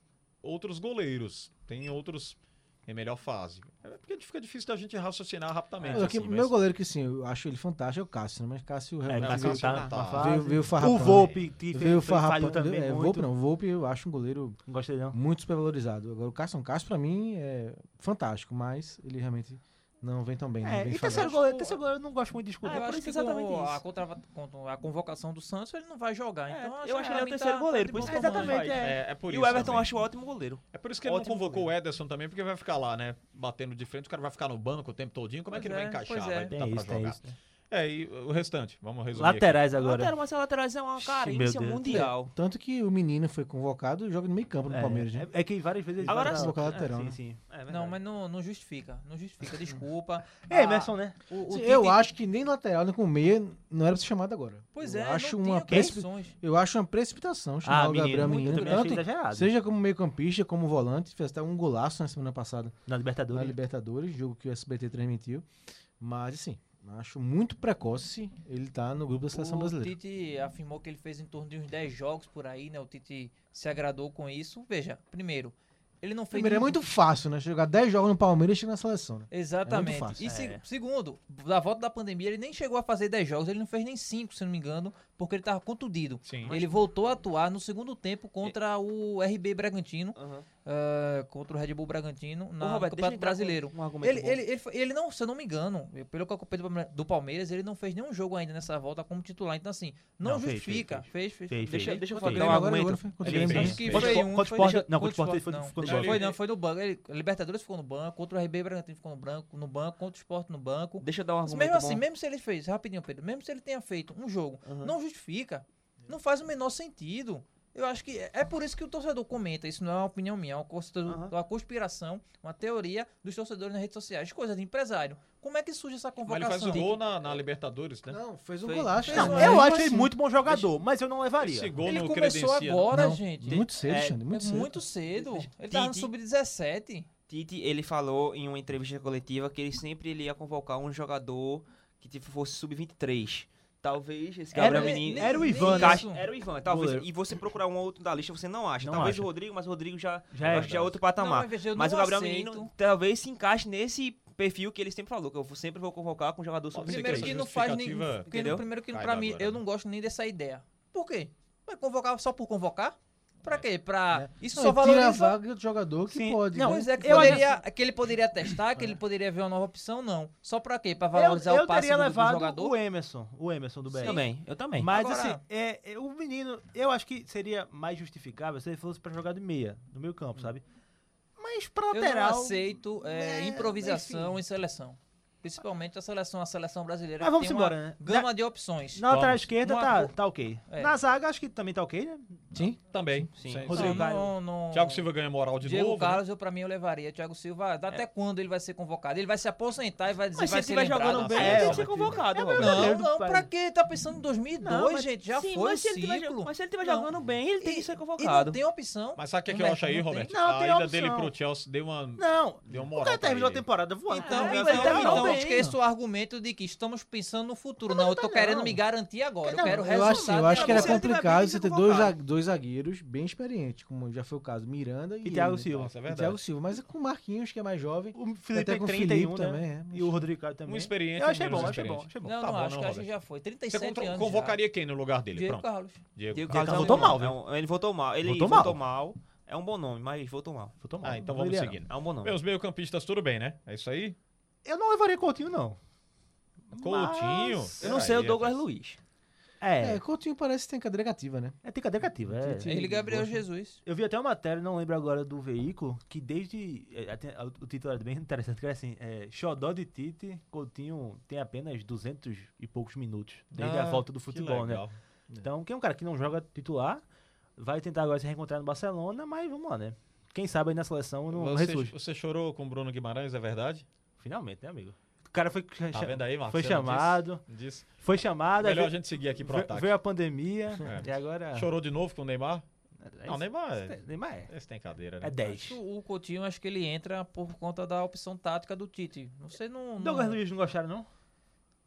outros goleiros, tem outros em melhor fase. É porque fica difícil da gente raciocinar rapidamente. É, assim, que mas- meu goleiro que sim, eu acho ele fantástico é o Cássio, né? Mas Cássio É, realmente Cássio veio, tá tá- na tá- fase. veio, veio farrapando. O Volpe, que veio fez- falhou farrapando. também É, muito. Volpe não, Volpe eu acho um goleiro Não gostei não. muito supervalorizado. Agora o Cássio, o Cássio pra mim é fantástico, mas ele realmente não vem tão bem. não É, vem e terceiro falhando. goleiro, terceiro goleiro eu não gosto muito de discutir. eu por acho isso que exatamente com a, isso. contra- com a convocação do Santos ele não vai jogar. É, Então, eu acho que ele é o pra mim terceiro tá- goleiro, tá por de isso bom que ele tamanho. faz. Exatamente, É, é por E isso o Everton também. eu acho um ótimo goleiro. É por isso que ele não Ótimo convocou goleiro. o Ederson também, porque vai ficar lá, né? Batendo de frente, o cara vai ficar no banco o tempo todinho. Como é que ele Pois vai é, encaixar? pois é. Vai Tem dar pra isso, tem jogar. isso. né? É, e o restante? Vamos resumir Laterais agora. Lateral, mas a laterais é uma carência Deus. mundial. Tanto que o menino foi convocado e joga no meio campo no É, Palmeiras, né? é, é que várias vezes ele Agora vai sim. pra- Convocado lateral, Sim, né? sim. É verdade. Não, mas não, não justifica. Não justifica, desculpa. É, Ah, Emerson, né? o- o Sim, Tite- eu acho que nem lateral, nem com meia não era pra ser chamado agora. Pois eu é, acho não uma tinha precipi- condições. Eu acho uma precipitação chamar Ah, o Gabriel menino, Menino. eu também achei tanto- exagerado. seja como meio campista, como volante, fez até um golaço na semana passada Na na Libertadores. Libertadores, jogo que o S B T transmitiu. Mas assim, acho muito precoce ele tá no grupo da seleção O brasileira. Tite afirmou que ele fez em torno de uns dez jogos por aí, né? O Tite se agradou com isso. Veja, primeiro, ele não fez... Primeiro, é nenhum- muito fácil, né? Jogar dez jogos no Palmeiras e chegar na seleção, né? Exatamente. É muito fácil. E se- É. segundo, da volta da pandemia, ele nem chegou a fazer dez jogos, ele não fez nem cinco, se não me engano, porque ele tava contundido. Sim. Ele voltou a atuar no segundo tempo contra o R B Bragantino, Aham. eh, contra o Red Bull Bragantino, na, Ô, no Roberto, deixa eu Campeonato entrar com Brasileiro. um argumento Ele, bom. ele, ele, foi- ele não, se eu não me engano, eu- pelo que eu acompanhei do Palme- do Palmeiras, ele não fez nenhum jogo ainda nessa volta como titular. Então, assim, não, Não, fez, justifica. fez, Fez, fez. Fez, Deixa, fez. deixa eu Contra o falar um Grêmio agora, argumento. agora foi contra o Ele Grêmio. fez. Acho que Fez. foi Contra- um. contra o foi Sport- deixa- não, contra contra o o Sport Sport, ele não. ficou no Deixa- banco. Foi não, foi no banco. Ele, o Libertadores ficou no banco, contra o R B Bragantino ficou no banco, no banco, contra o Sport no banco. Deixa eu dar um Mas argumento mesmo assim, bom. mesmo se ele fez, rapidinho, Pedro, mesmo se ele tenha feito um jogo, Uhum. não justifica, não faz o menor sentido. Eu acho que é por isso que o torcedor comenta, isso não é uma opinião minha, é uma, conspira- Uhum. uma conspiração, uma teoria dos torcedores nas redes sociais, coisa de empresário. Como é que surge essa Mas ele convocação? faz o gol na, na Libertadores, né? Não, fez um Fez. golaço. Fez cara, um- mas Eu mesmo acho ele assim- muito bom jogador, mas eu não levaria. Esse gol Ele no começou credencia. agora, Não, gente. Muito cedo, É, Xande, muito é cedo. muito cedo. Ele Tite- tá no sub dezessete. Tite, ele falou em uma entrevista coletiva que ele sempre ele ia convocar um jogador que tipo, fosse sub vinte e três. Talvez esse Era- Gabriel Menino... era o nem Ivan, né? encaixe- isso. Era o Ivan, talvez. Goleiro. E você procurar um outro da lista, você não acha. Não talvez acha. o Rodrigo, mas o Rodrigo já, Já eu é. acho que já é outro Não, patamar. mas veja, eu mas o não Gabriel aceito. Menino talvez se encaixe nesse perfil que ele sempre falou, que eu sempre vou convocar com um jogador sub Pode ser vinte e Primeiro essa que três. não faz nem. justificativa porque entendeu? Primeiro que cai pra da mim, agora, eu né? não gosto nem dessa ideia. Por quê? Vai convocar só por convocar? Pra quê? Pra. Isso Não, só ele tira a valoriza. vaga do jogador que Sim. pode. Não, né? Pois é, que, Eu poderia, que ele poderia testar, que ele poderia ver uma nova opção, não. Só pra quê? Pra valorizar eu, eu o passe teria do, do levado jogador? o Emerson, o Emerson do B R. Também, eu também. Mas Agora- assim, é, é, o menino, eu acho que seria mais justificável se ele fosse pra jogar de meia, no meio campo, sabe? Mas pra Eu não lateral... aceito é, é, improvisação enfim. em seleção. Principalmente a seleção, a seleção brasileira. Mas que vamos tem embora, uma né? gama de opções. Na lateral Vamos. esquerda Uma tá, cor- tá ok. É. Na zaga acho que também tá ok, né? Sim. Também. Sim. Sem- Rodrigo Não, Caio. não, não- Thiago Silva ganha moral de Diego novo. né? Carlos, eu, pra mim, eu levaria. Thiago Silva, até quando ele vai ser convocado? Ele vai se aposentar e vai dizer Mas se vai ele ser estiver lembrado. jogando bem, É, ele tem que ser Roberto. convocado, É Roberto. Não, goleiro do não, país. pra quê? Tá pensando em dois mil e dois, Não, mas- gente. Já Sim, foi mas se ele tiver, ciclo. mas se ele estiver Não. jogando bem, ele tem que ser E não convocado. tem opção. Mas sabe o que, é que Não eu é- acho aí, não tem. Roberto? Não, a tem ida opção. dele pro Chelsea deu uma, Não, deu uma o moral cara pra terminou a ele. temporada voando. Então, É, então, ele terminou então bem. esqueça o argumento de que estamos pensando no futuro. Não, eu tô não. querendo me garantir agora. Não, eu quero Eu resultado. acho, assim, eu acho que era Se ele tiver complicado bem, você tem ter que dois, convocar. za- dois zagueiros bem experientes, como já foi o caso, Miranda e, E Thiago ele, né? Silva. Isso é E verdade. Thiago Silva, mas com o Marquinhos, que é mais jovem. O Felipe Até com o tem trinta e um, Felipe né? também, é. E o Rodrigo Caio também. Um experiente Eu achei menos bom, achei bom, experiente. achei bom. Não, Tá não, bom, acho não, que acho que Roberto. já foi. trinta e Você sete contra- anos convocaria quem no lugar dele? já. Diego Pronto. Carlos. Diego. Diego Carlos Carlos votou é um bom mal, nome, é um- ele votou mal. Ele Votou votou, mal. mal. É um bom nome, mas votou mal. Votou mal. Ah, então Não vamos iria, seguindo. É um bom nome. Meus meio-campistas, tudo bem, né? É isso aí? não. Eu não levaria Coutinho, não. Coutinho. Mas- Eu não sei o Peraí, Douglas rapaz. Luiz. É, É, Coutinho parece que tem cadeira negativa, né? é tem cadeira cativa. É. Sim, Ele Gabriel gosto. Jesus. Eu vi até uma matéria, não lembro agora do veículo, que desde. é, até- O título era bem interessante, que era assim: é, Xodó de Tite, Coutinho tem apenas duzentos e poucos minutos desde a Ah, volta do que futebol, né? legal. Então, quem é um cara que não joga titular, vai tentar agora se reencontrar no Barcelona, mas vamos lá, né? Quem sabe aí na seleção não Você, ressurge. você chorou com o Bruno Guimarães, é verdade? Finalmente, né, amigo? O cara foi, Tá vendo aí, Marcos? foi Você não chamado, disse? Disse. foi chamado, aí Melhor a veio, gente seguir aqui pro veio- ataque. veio a pandemia, É. e agora... Chorou de novo com o Neymar? É Não, isso. Neymar é. Neymar é. Esse tem cadeira, né? É dez. O, o Coutinho, acho que ele entra por conta da opção tática do Tite. Você não. não- Douglas Luiz não gostaram, não?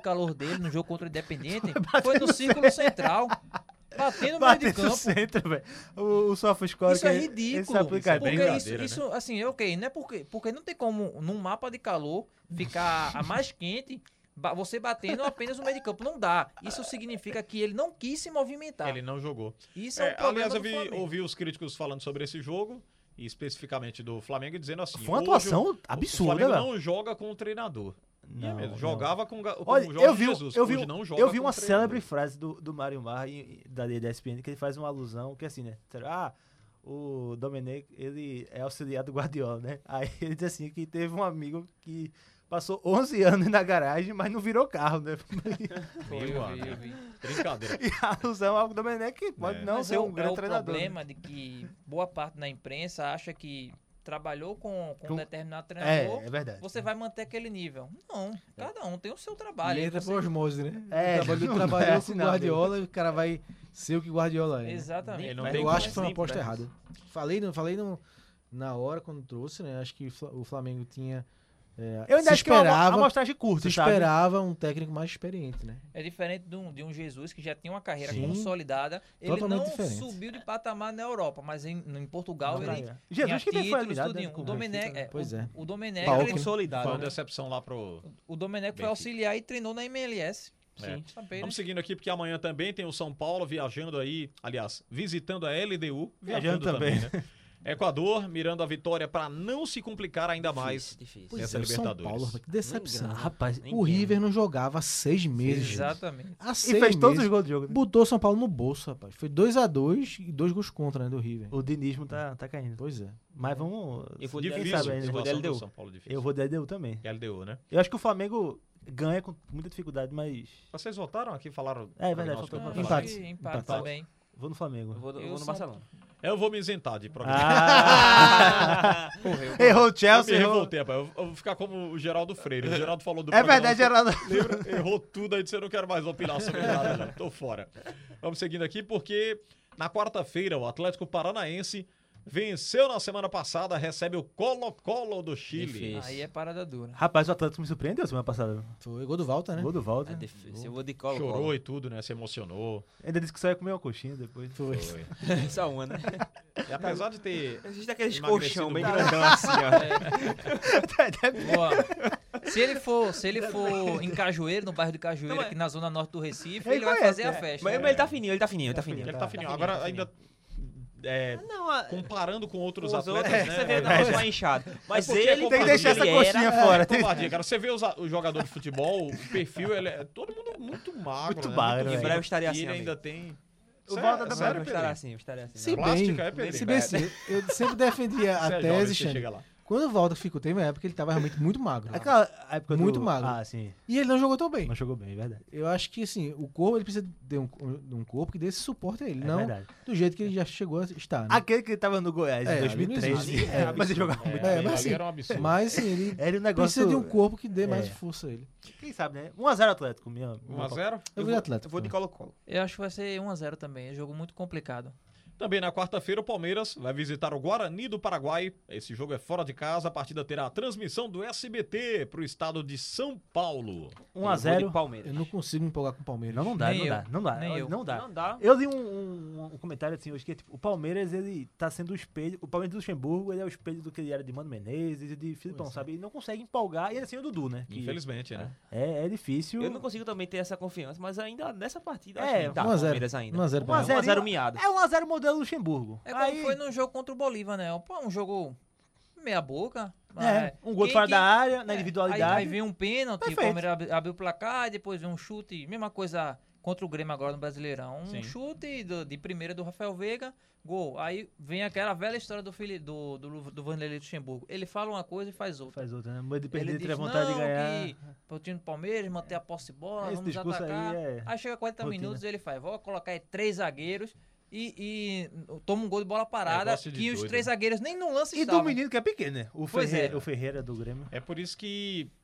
calor dele no jogo contra o Independente foi no círculo central. batendo no meio Bate de no campo. centro, velho. O, o SofaScore... Isso é que ridículo. esse aplicativo. Porque brincadeira, isso, né? isso, assim, ok, não é porque, porque não tem como, num mapa de calor, ficar a mais quente, ba- você batendo apenas no meio de campo. Não dá. Isso significa que ele não quis se movimentar. Ele não jogou. Isso é, É, um problema aliás, eu do vi, Flamengo. ouvi os críticos falando sobre esse jogo, e especificamente do Flamengo, dizendo assim... Foi uma hoje atuação o- absurda, O Flamengo velho. não joga com o treinador. E é Não, mesmo, não. jogava com, ga- com Olha, o Jorge eu vi, Jesus. eu vi, hoje um- não joga eu vi com uma o treinador. célebre frase do, do Mário Marra, e- da da E S P N, que ele faz uma alusão, que é assim, né? Ah, o Domenech, ele é auxiliar do Guardiola, né? Aí ele diz assim, que teve um amigo que passou onze anos na garagem, mas não virou carro, né? Foi, Meu eu vi, amigo. eu vi. Brincadeira. E a alusão ao Domenech, que pode É. não Mas ser é um o, é grande o treinador. problema de que boa parte da imprensa acha que trabalhou com, com Com- um determinado É, treinador, é verdade. você vai manter aquele nível. Não, cada um tem o seu trabalho. Ele Aí entra você- por osmose, né? É, trabalhou não trabalhou é com assim o não, Guardiola e o cara vai ser o que o Guardiola é. né? Exatamente. Ele não Vai tem Eu como acho que foi uma sempre, aposta né? errada. Falei, no, falei no, na hora quando trouxe, né? Acho que o Fla- o Flamengo tinha. é, Eu ainda se acho que é uma esperava, amostragem curta, se sabe? esperava um técnico mais experiente, né? É diferente de um, de um Jesus que já tinha uma carreira Sim. consolidada. Ele Totalmente não diferente. subiu de patamar na Europa, mas em, em Portugal Não, ele cara. Jesus que tinha nem foi títulos, eliminado, tudinho. né, com O o Domenech, Benfica, né? é, Pois o, é. o Domenech, Paulo, ele- Consolidado. Foi uma né? decepção lá pro... o Domenech foi Benfica. auxiliar e treinou na M L S. É. Sim. Sabe, ele- Vamos seguindo aqui, porque amanhã também tem o São Paulo viajando aí, aliás, visitando a L D U. Viajando Viajando também, também. né? Equador, mirando a vitória para não se complicar ainda mais. Difícil, Pois Essa é, o São Libertadores. Paulo, rapaz, que decepção. Nem Rapaz, Nem O quem, River né? não jogava há seis meses. gente. Exatamente. Há e seis fez todos os meses. gols do jogo. Né? Botou o São Paulo no bolso, rapaz. Foi dois a dois e dois gols contra, né, do River. O dinismo tá, tá caindo. Pois é. Mas vamos... Eu vou de quem Difícil, sabe a ainda. eu vou de situação L D U. do São Paulo difícil. Eu vou de L D U também. L D U, né? Eu acho que o Flamengo ganha com muita dificuldade, mas... Vocês votaram aqui, falaram... É verdade, Nós faltou vamos Eu falar. acho Empate. que empate Empate. também. Vou no Flamengo. Eu vou, eu Eu vou no sou- Barcelona. Eu vou me isentar de programa. Ah! Errou o Eu Chelsea, me errou... revoltei, rapaz. Eu, eu vou ficar como o Geraldo Freire. O Geraldo falou do É programa, verdade, Geraldo. Lembra? Errou tudo, aí disse, eu não quero mais opinar sobre nada, não. Tô fora. Vamos seguindo aqui, porque na quarta-feira o Atlético Paranaense venceu na semana passada, recebe o Colo-Colo do Chile. Difícil. Aí é parada dura. Rapaz, o Atlético me surpreendeu semana passada. Foi gol do Walter, né? Gol do Walter. É difícil. Eu vou de colo. Chorou e tudo, né? Se emocionou. Ainda disse que só ia comer uma coxinha depois. Foi. Foi. Só uma, né? E apesar de ter... Existe aqueles Emagrecido colchão bem muito. grandão assim, ó. Ó, se ele for, se ele for em Cajueiro, no bairro de Cajueiro, Não, é- aqui na zona norte do Recife, Ele ele, vai conhece, fazer a né? festa. Mas, mas ele tá fininho, ele tá fininho, ele tá fininho. Ele tá fininho. tá Agora tá ainda... é, Não, a- comparando com outros os atletas, outros, né? você vê, é, não, é mais inchado. Mas porque ele, é Tem que deixar essa ele coxinha era- fora. É covardia, cara. Você vê os, a- os jogadores de futebol, o perfil, ele é todo mundo muito magro, Muito né? magro, Muito né? Em breve eu fino. estaria E assim, ele amigo. ainda tem... O Sério, Walter Eu também sério, estarei Pedrinho? assim, eu estarei assim. Se né? Plástica, é, bem, Pedrinho? se bem, se- eu sempre defendia a Você é jovem, tese, você Xande. chega lá. Quando o Walter ficou, teve uma época que ele tava realmente muito magro. Aquela época Muito do... magro. Ah, sim. E ele não jogou tão bem. Não jogou bem, é verdade. Eu acho que, assim, o corpo, ele precisa de um, de um corpo que dê esse suporte a ele. É não verdade. do jeito que ele já chegou a estar, né? Aquele que tava no Goiás É, em ali dois mil e não treze. existe. É, mas ele jogava muito É, bem. mas ali assim, era um absurdo. Mas, assim, ele Era um negócio... precisa de um corpo que dê mais É. força a ele. Quem sabe, né? um a zero Atlético. Minha, um a zero? Eu vou de Atlético. Eu vou de colo-colo. Eu acho que vai ser um a zero também. É um jogo muito complicado. Também na quarta-feira, o Palmeiras vai visitar o Guarani do Paraguai. Esse jogo é fora de casa. A partida terá a transmissão do S B T para o estado de São Paulo. um a zero. Palmeiras. Eu não consigo me empolgar com o Palmeiras. Não, não dá, Nem não eu. dá. Não dá. Nem Olha, eu. Não dá. Não dá. Eu li um, um- um comentário assim hoje que tipo, o Palmeiras, ele tá sendo o espelho. O Palmeiras do Luxemburgo, ele é o espelho do que ele era de Mano Menezes e de Filipão, Pois é. sabe? Ele não consegue empolgar. E ele é assim o Dudu, né? Que Infelizmente, né? É, é difícil. Eu não consigo também ter essa confiança, mas ainda nessa partida É, acho que dá um a zero. Palmeiras ainda. um a zero um a pra zero. um a zero miado. É um a zero modelo Luxemburgo. É como Aí, foi no jogo contra o Bolívar, né? Pô, um jogo meia boca. é, um gol de Quem- fora quem- da área, na é, individualidade. Aí, aí vem um pênalti, Perfeito. o Palmeiras abre- abriu o placar, e depois vem um chute, mesma coisa contra o Grêmio agora no Brasileirão. Um Sim. chute do- de primeira do Rafael Veiga, gol. Aí vem aquela velha história do filho do, do, Lu- do Vanderlei Luxemburgo. Ele fala uma coisa e faz outra. Faz outra, né? Medo de perder, Ele ter diz, vontade não, de ganhar. que pro time do Palmeiras manter a posse de bola, Esse vamos discurso aí atacar. é Aí chega quarenta rotina. minutos e ele faz, vou colocar aí três zagueiros e, e toma um gol de bola parada, Negócio de que os doido, três né? zagueiros nem no lance E do estavam. menino que é pequeno, né? O Pois Ferreira, é. o Ferreira do Grêmio. É por isso que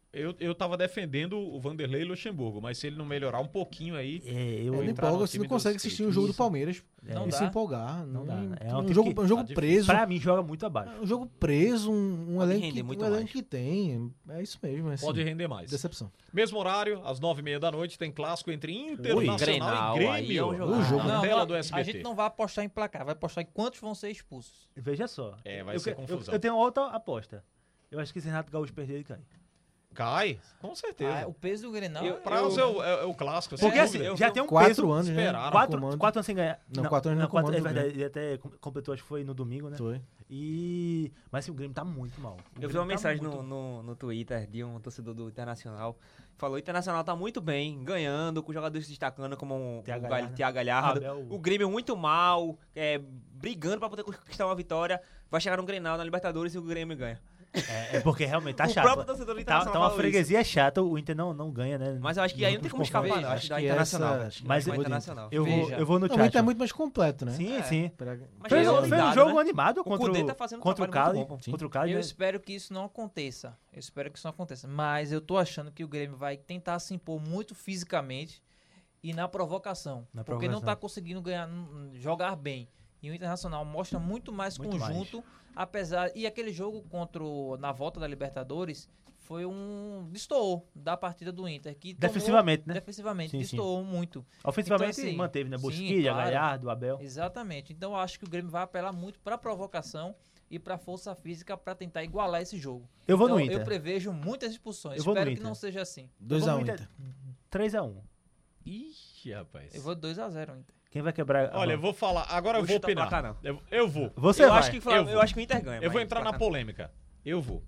Eu, eu tava defendendo o Vanderlei Luxemburgo, mas se ele não melhorar um pouquinho aí... É, Eu eu, não entrar empolga, no você não time consegue do assistir o Espírito. jogo do Isso. Palmeiras Não e dá. se empolgar. Não Não, dá, né? É um, um time jogo, que- um jogo tá preso. pra mim, joga muito abaixo. Um jogo preso, um, um Pode elenco, render que, muito um elenco mais. que tem. É isso mesmo. Assim, Pode render mais. decepção. Mesmo horário, às nove e meia da noite, tem clássico entre Internacional Grenal, e aí Grêmio. é um jogo. O jogo. Na Não, tela não, do S B a T. gente não vai apostar em placar, vai apostar em quantos vão ser expulsos. Veja só. É, vai eu, ser que- confusão. Eu, eu tenho outra aposta. Eu acho que se Renato Gaúcho perder, ele cai. Cai, com certeza. Ah, o peso do Grenal. Eu- é- Prazo é, o, é- é o clássico. sem Porque assim, dúvida. eu já vi tem um Quatro peso. anos, né? esperaram. Quatro, comando. quatro anos sem ganhar. Não, quatro anos no quatro- comando É do verdade, ele até com- completou, acho que foi no domingo, né? Foi. E... Mas assim, o Grêmio tá muito mal. O Eu vi Grêmio uma tá mensagem muito- no, no, no Twitter de um torcedor do Internacional. Falou: o Internacional tá muito bem, ganhando, com jogadores se destacando como um, o Thiago Gal- Galhardo. Thiago Galhardo. Abel. O Grêmio muito mal, é, brigando pra poder conquistar uma vitória. Vai chegar no Grenal, na Libertadores, e o Grêmio ganha. É, é porque realmente tá o chato. próprio torcedor do Tá, Internacional tá uma falou freguesia chata, o Inter não, não ganha, né? Mas eu acho que Nos aí não tem como últimos escapar, confrontos. não. Acho Acho que dá que Internacional. essa- Acho que Mas dá eu- Internacional. Eu vou, Veja. eu vou no Não, o Inter chat. é muito mais completo, né? Sim, É. sim. Pra- Mas Fez, já é fez um ligado, jogo né? animado O contra Cudê o, tá fazendo um contra o trabalho Cali. muito bom, pô. Contra o Cali, Eu né? espero que isso não aconteça. Eu espero que isso não aconteça. Mas eu tô achando que o Grêmio vai tentar se impor muito fisicamente e na provocação. Na porque não provocação. tá conseguindo ganhar, n- jogar bem. E o Internacional mostra muito mais Muito conjunto, apesar. E aquele jogo contra o, na volta da Libertadores foi um. Destoou da partida do Inter. Que tomou- Defensivamente, né? Defensivamente, Sim, sim. destoou muito. Ofensivamente Então, assim, manteve, né? sim, Bosquilha, claro. Galhardo, Abel. Exatamente. Então eu acho que o Grêmio vai apelar muito pra provocação e pra força física pra tentar igualar esse jogo. Eu vou então, no Inter. eu prevejo muitas expulsões. Eu vou no Espero que Inter. não seja assim. dois Eu a vou um no Inter. três a um. Ixi, rapaz. Eu vou dois a zero Inter. Quem vai quebrar? a Olha, eu mão? vou falar. Agora eu Vou vou chutar opinar. placar, não. Eu, eu vou. Você eu, vai. acho que, Flamengo- Eu eu, vou. acho que o Inter ganha. Eu vou mas entrar na placar- polêmica. Eu vou.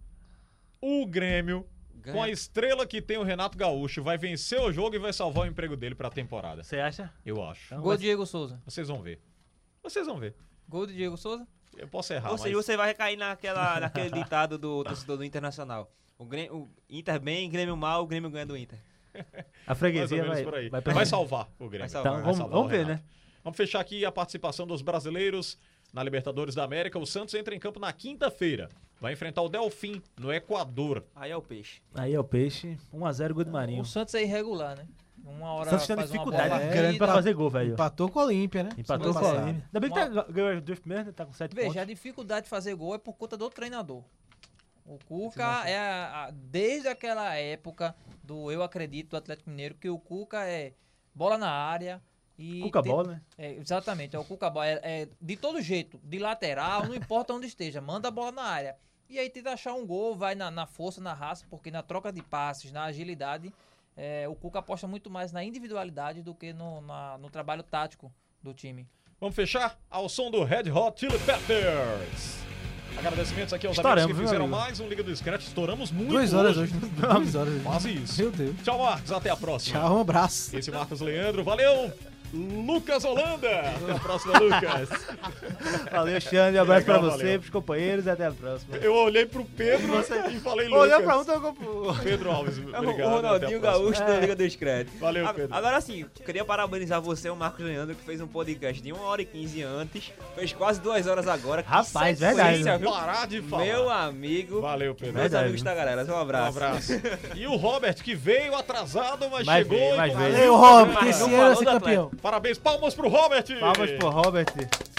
O Grêmio, Ganha. com a estrela que tem o Renato Gaúcho, vai vencer o jogo e vai salvar o emprego dele pra temporada. Você acha? Eu acho. Então, Gol vai- de Diego Souza. Vocês vão ver. Vocês vão ver. Gol de Diego Souza? Eu posso errar, Ou seja, mas... você vai recair naquela, naquele ditado do torcedor do Internacional. O, Grêmio, o Inter bem, Grêmio mal, o Grêmio ganha do Inter. A mais ou freguesia menos vai, por aí. vai Vai, perder. salvar o Grêmio. Vai salvar. Então, Vai vamos, salvar vamos o ver, Renato. né? Vamos fechar aqui a participação dos brasileiros na Libertadores da América. O Santos entra em campo na quinta-feira. Vai enfrentar o Delfim, no Equador. Aí é o peixe. Aí é o peixe. um a zero gol do Marinho. O Santos é irregular, né? Uma O hora Santos tem faz uma dificuldade bola é, grande pra batida. fazer gol, velho. Empatou com a Olímpia, né? Empatou com Semana a passada. Olímpia. Ainda bem que tá, ganhou os dois primeiros, né? Tá com sete Veja, a pontos. dificuldade de fazer gol é por conta do treinador. O Cuca é a- a- desde aquela época do Eu Acredito do Atlético Mineiro, que o Cuca é bola na área e Cuca tem- bola, né? é, exatamente, é o Cuca bola, é, é de todo jeito, de lateral, não importa onde esteja, manda a bola na área. E aí tenta achar um gol, vai na, na força, na raça, porque na troca de passes, na agilidade, é, o Cuca aposta muito mais na individualidade do que no, na- no trabalho tático do time. Vamos fechar ao som do Red Hot Chili Peppers. Agradecimentos aqui aos Estouramos, amigos que viu, fizeram amigo? mais um Liga do Scratch. Estouramos muito Duas horas hoje. hoje. Duas horas hoje. Quase isso. Meu Deus. Tchau, Marcos. Até a próxima. Tchau, um abraço. Esse é Marcos Leandro. Valeu, Lucas Holanda. Até a próxima, Lucas. Valeu, Xande. Um abraço Legal, pra você, valeu. pros companheiros e até a próxima. Eu olhei pro Pedro e falei Lucas. Olhou pra um, tocou pro... Pedro Alves, É o- obrigado. o até a Ronaldinho próxima. Gaúcho da Liga do Scred. Valeu, A- Pedro. Agora sim, queria parabenizar você, o Marcos Leandro, que fez um podcast de uma hora e quinze antes, fez quase duas horas agora. Que Rapaz, sequência, verdade, né? viu? Parar de falar. Meu amigo. Valeu, Pedro. Meus Verdade. amigos da galera, um Um abraço. abraço. E o Robert, que veio atrasado, mas, Mas chegou veio, e mas concluiu veio. Valeu, o Rob, programa. esse não ano falou é ser do campeão. Parabéns, palmas pro Robert. Palmas pro Robert.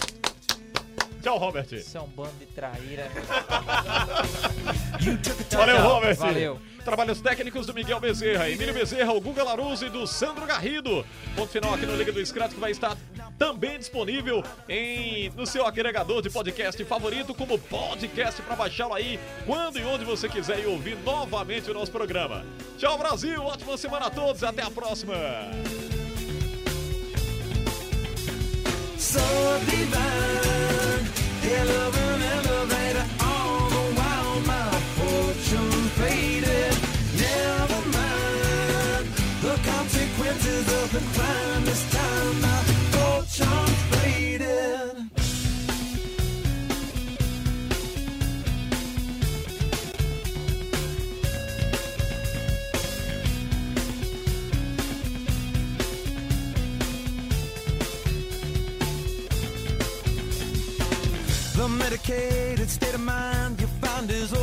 Tchau, Robert. Isso é um bando de traíra. Valeu, tchau. Robert. Valeu. Trabalhos técnicos do Miguel Bezerra, Emílio Bezerra, o Guga Laruzzi e do Sandro Garrido. Ponto final aqui no Liga do Scratch, que vai estar também disponível em, no seu agregador de podcast favorito, como podcast para baixá-lo aí quando e onde você quiser e ouvir novamente o nosso programa. Tchau, Brasil. Ótima semana a todos e até a próxima. So divine, hell of an elevator, all the while my fortune faded. Never mind the consequences of the crime. This time my fortune faded. The medicated state of mind you find is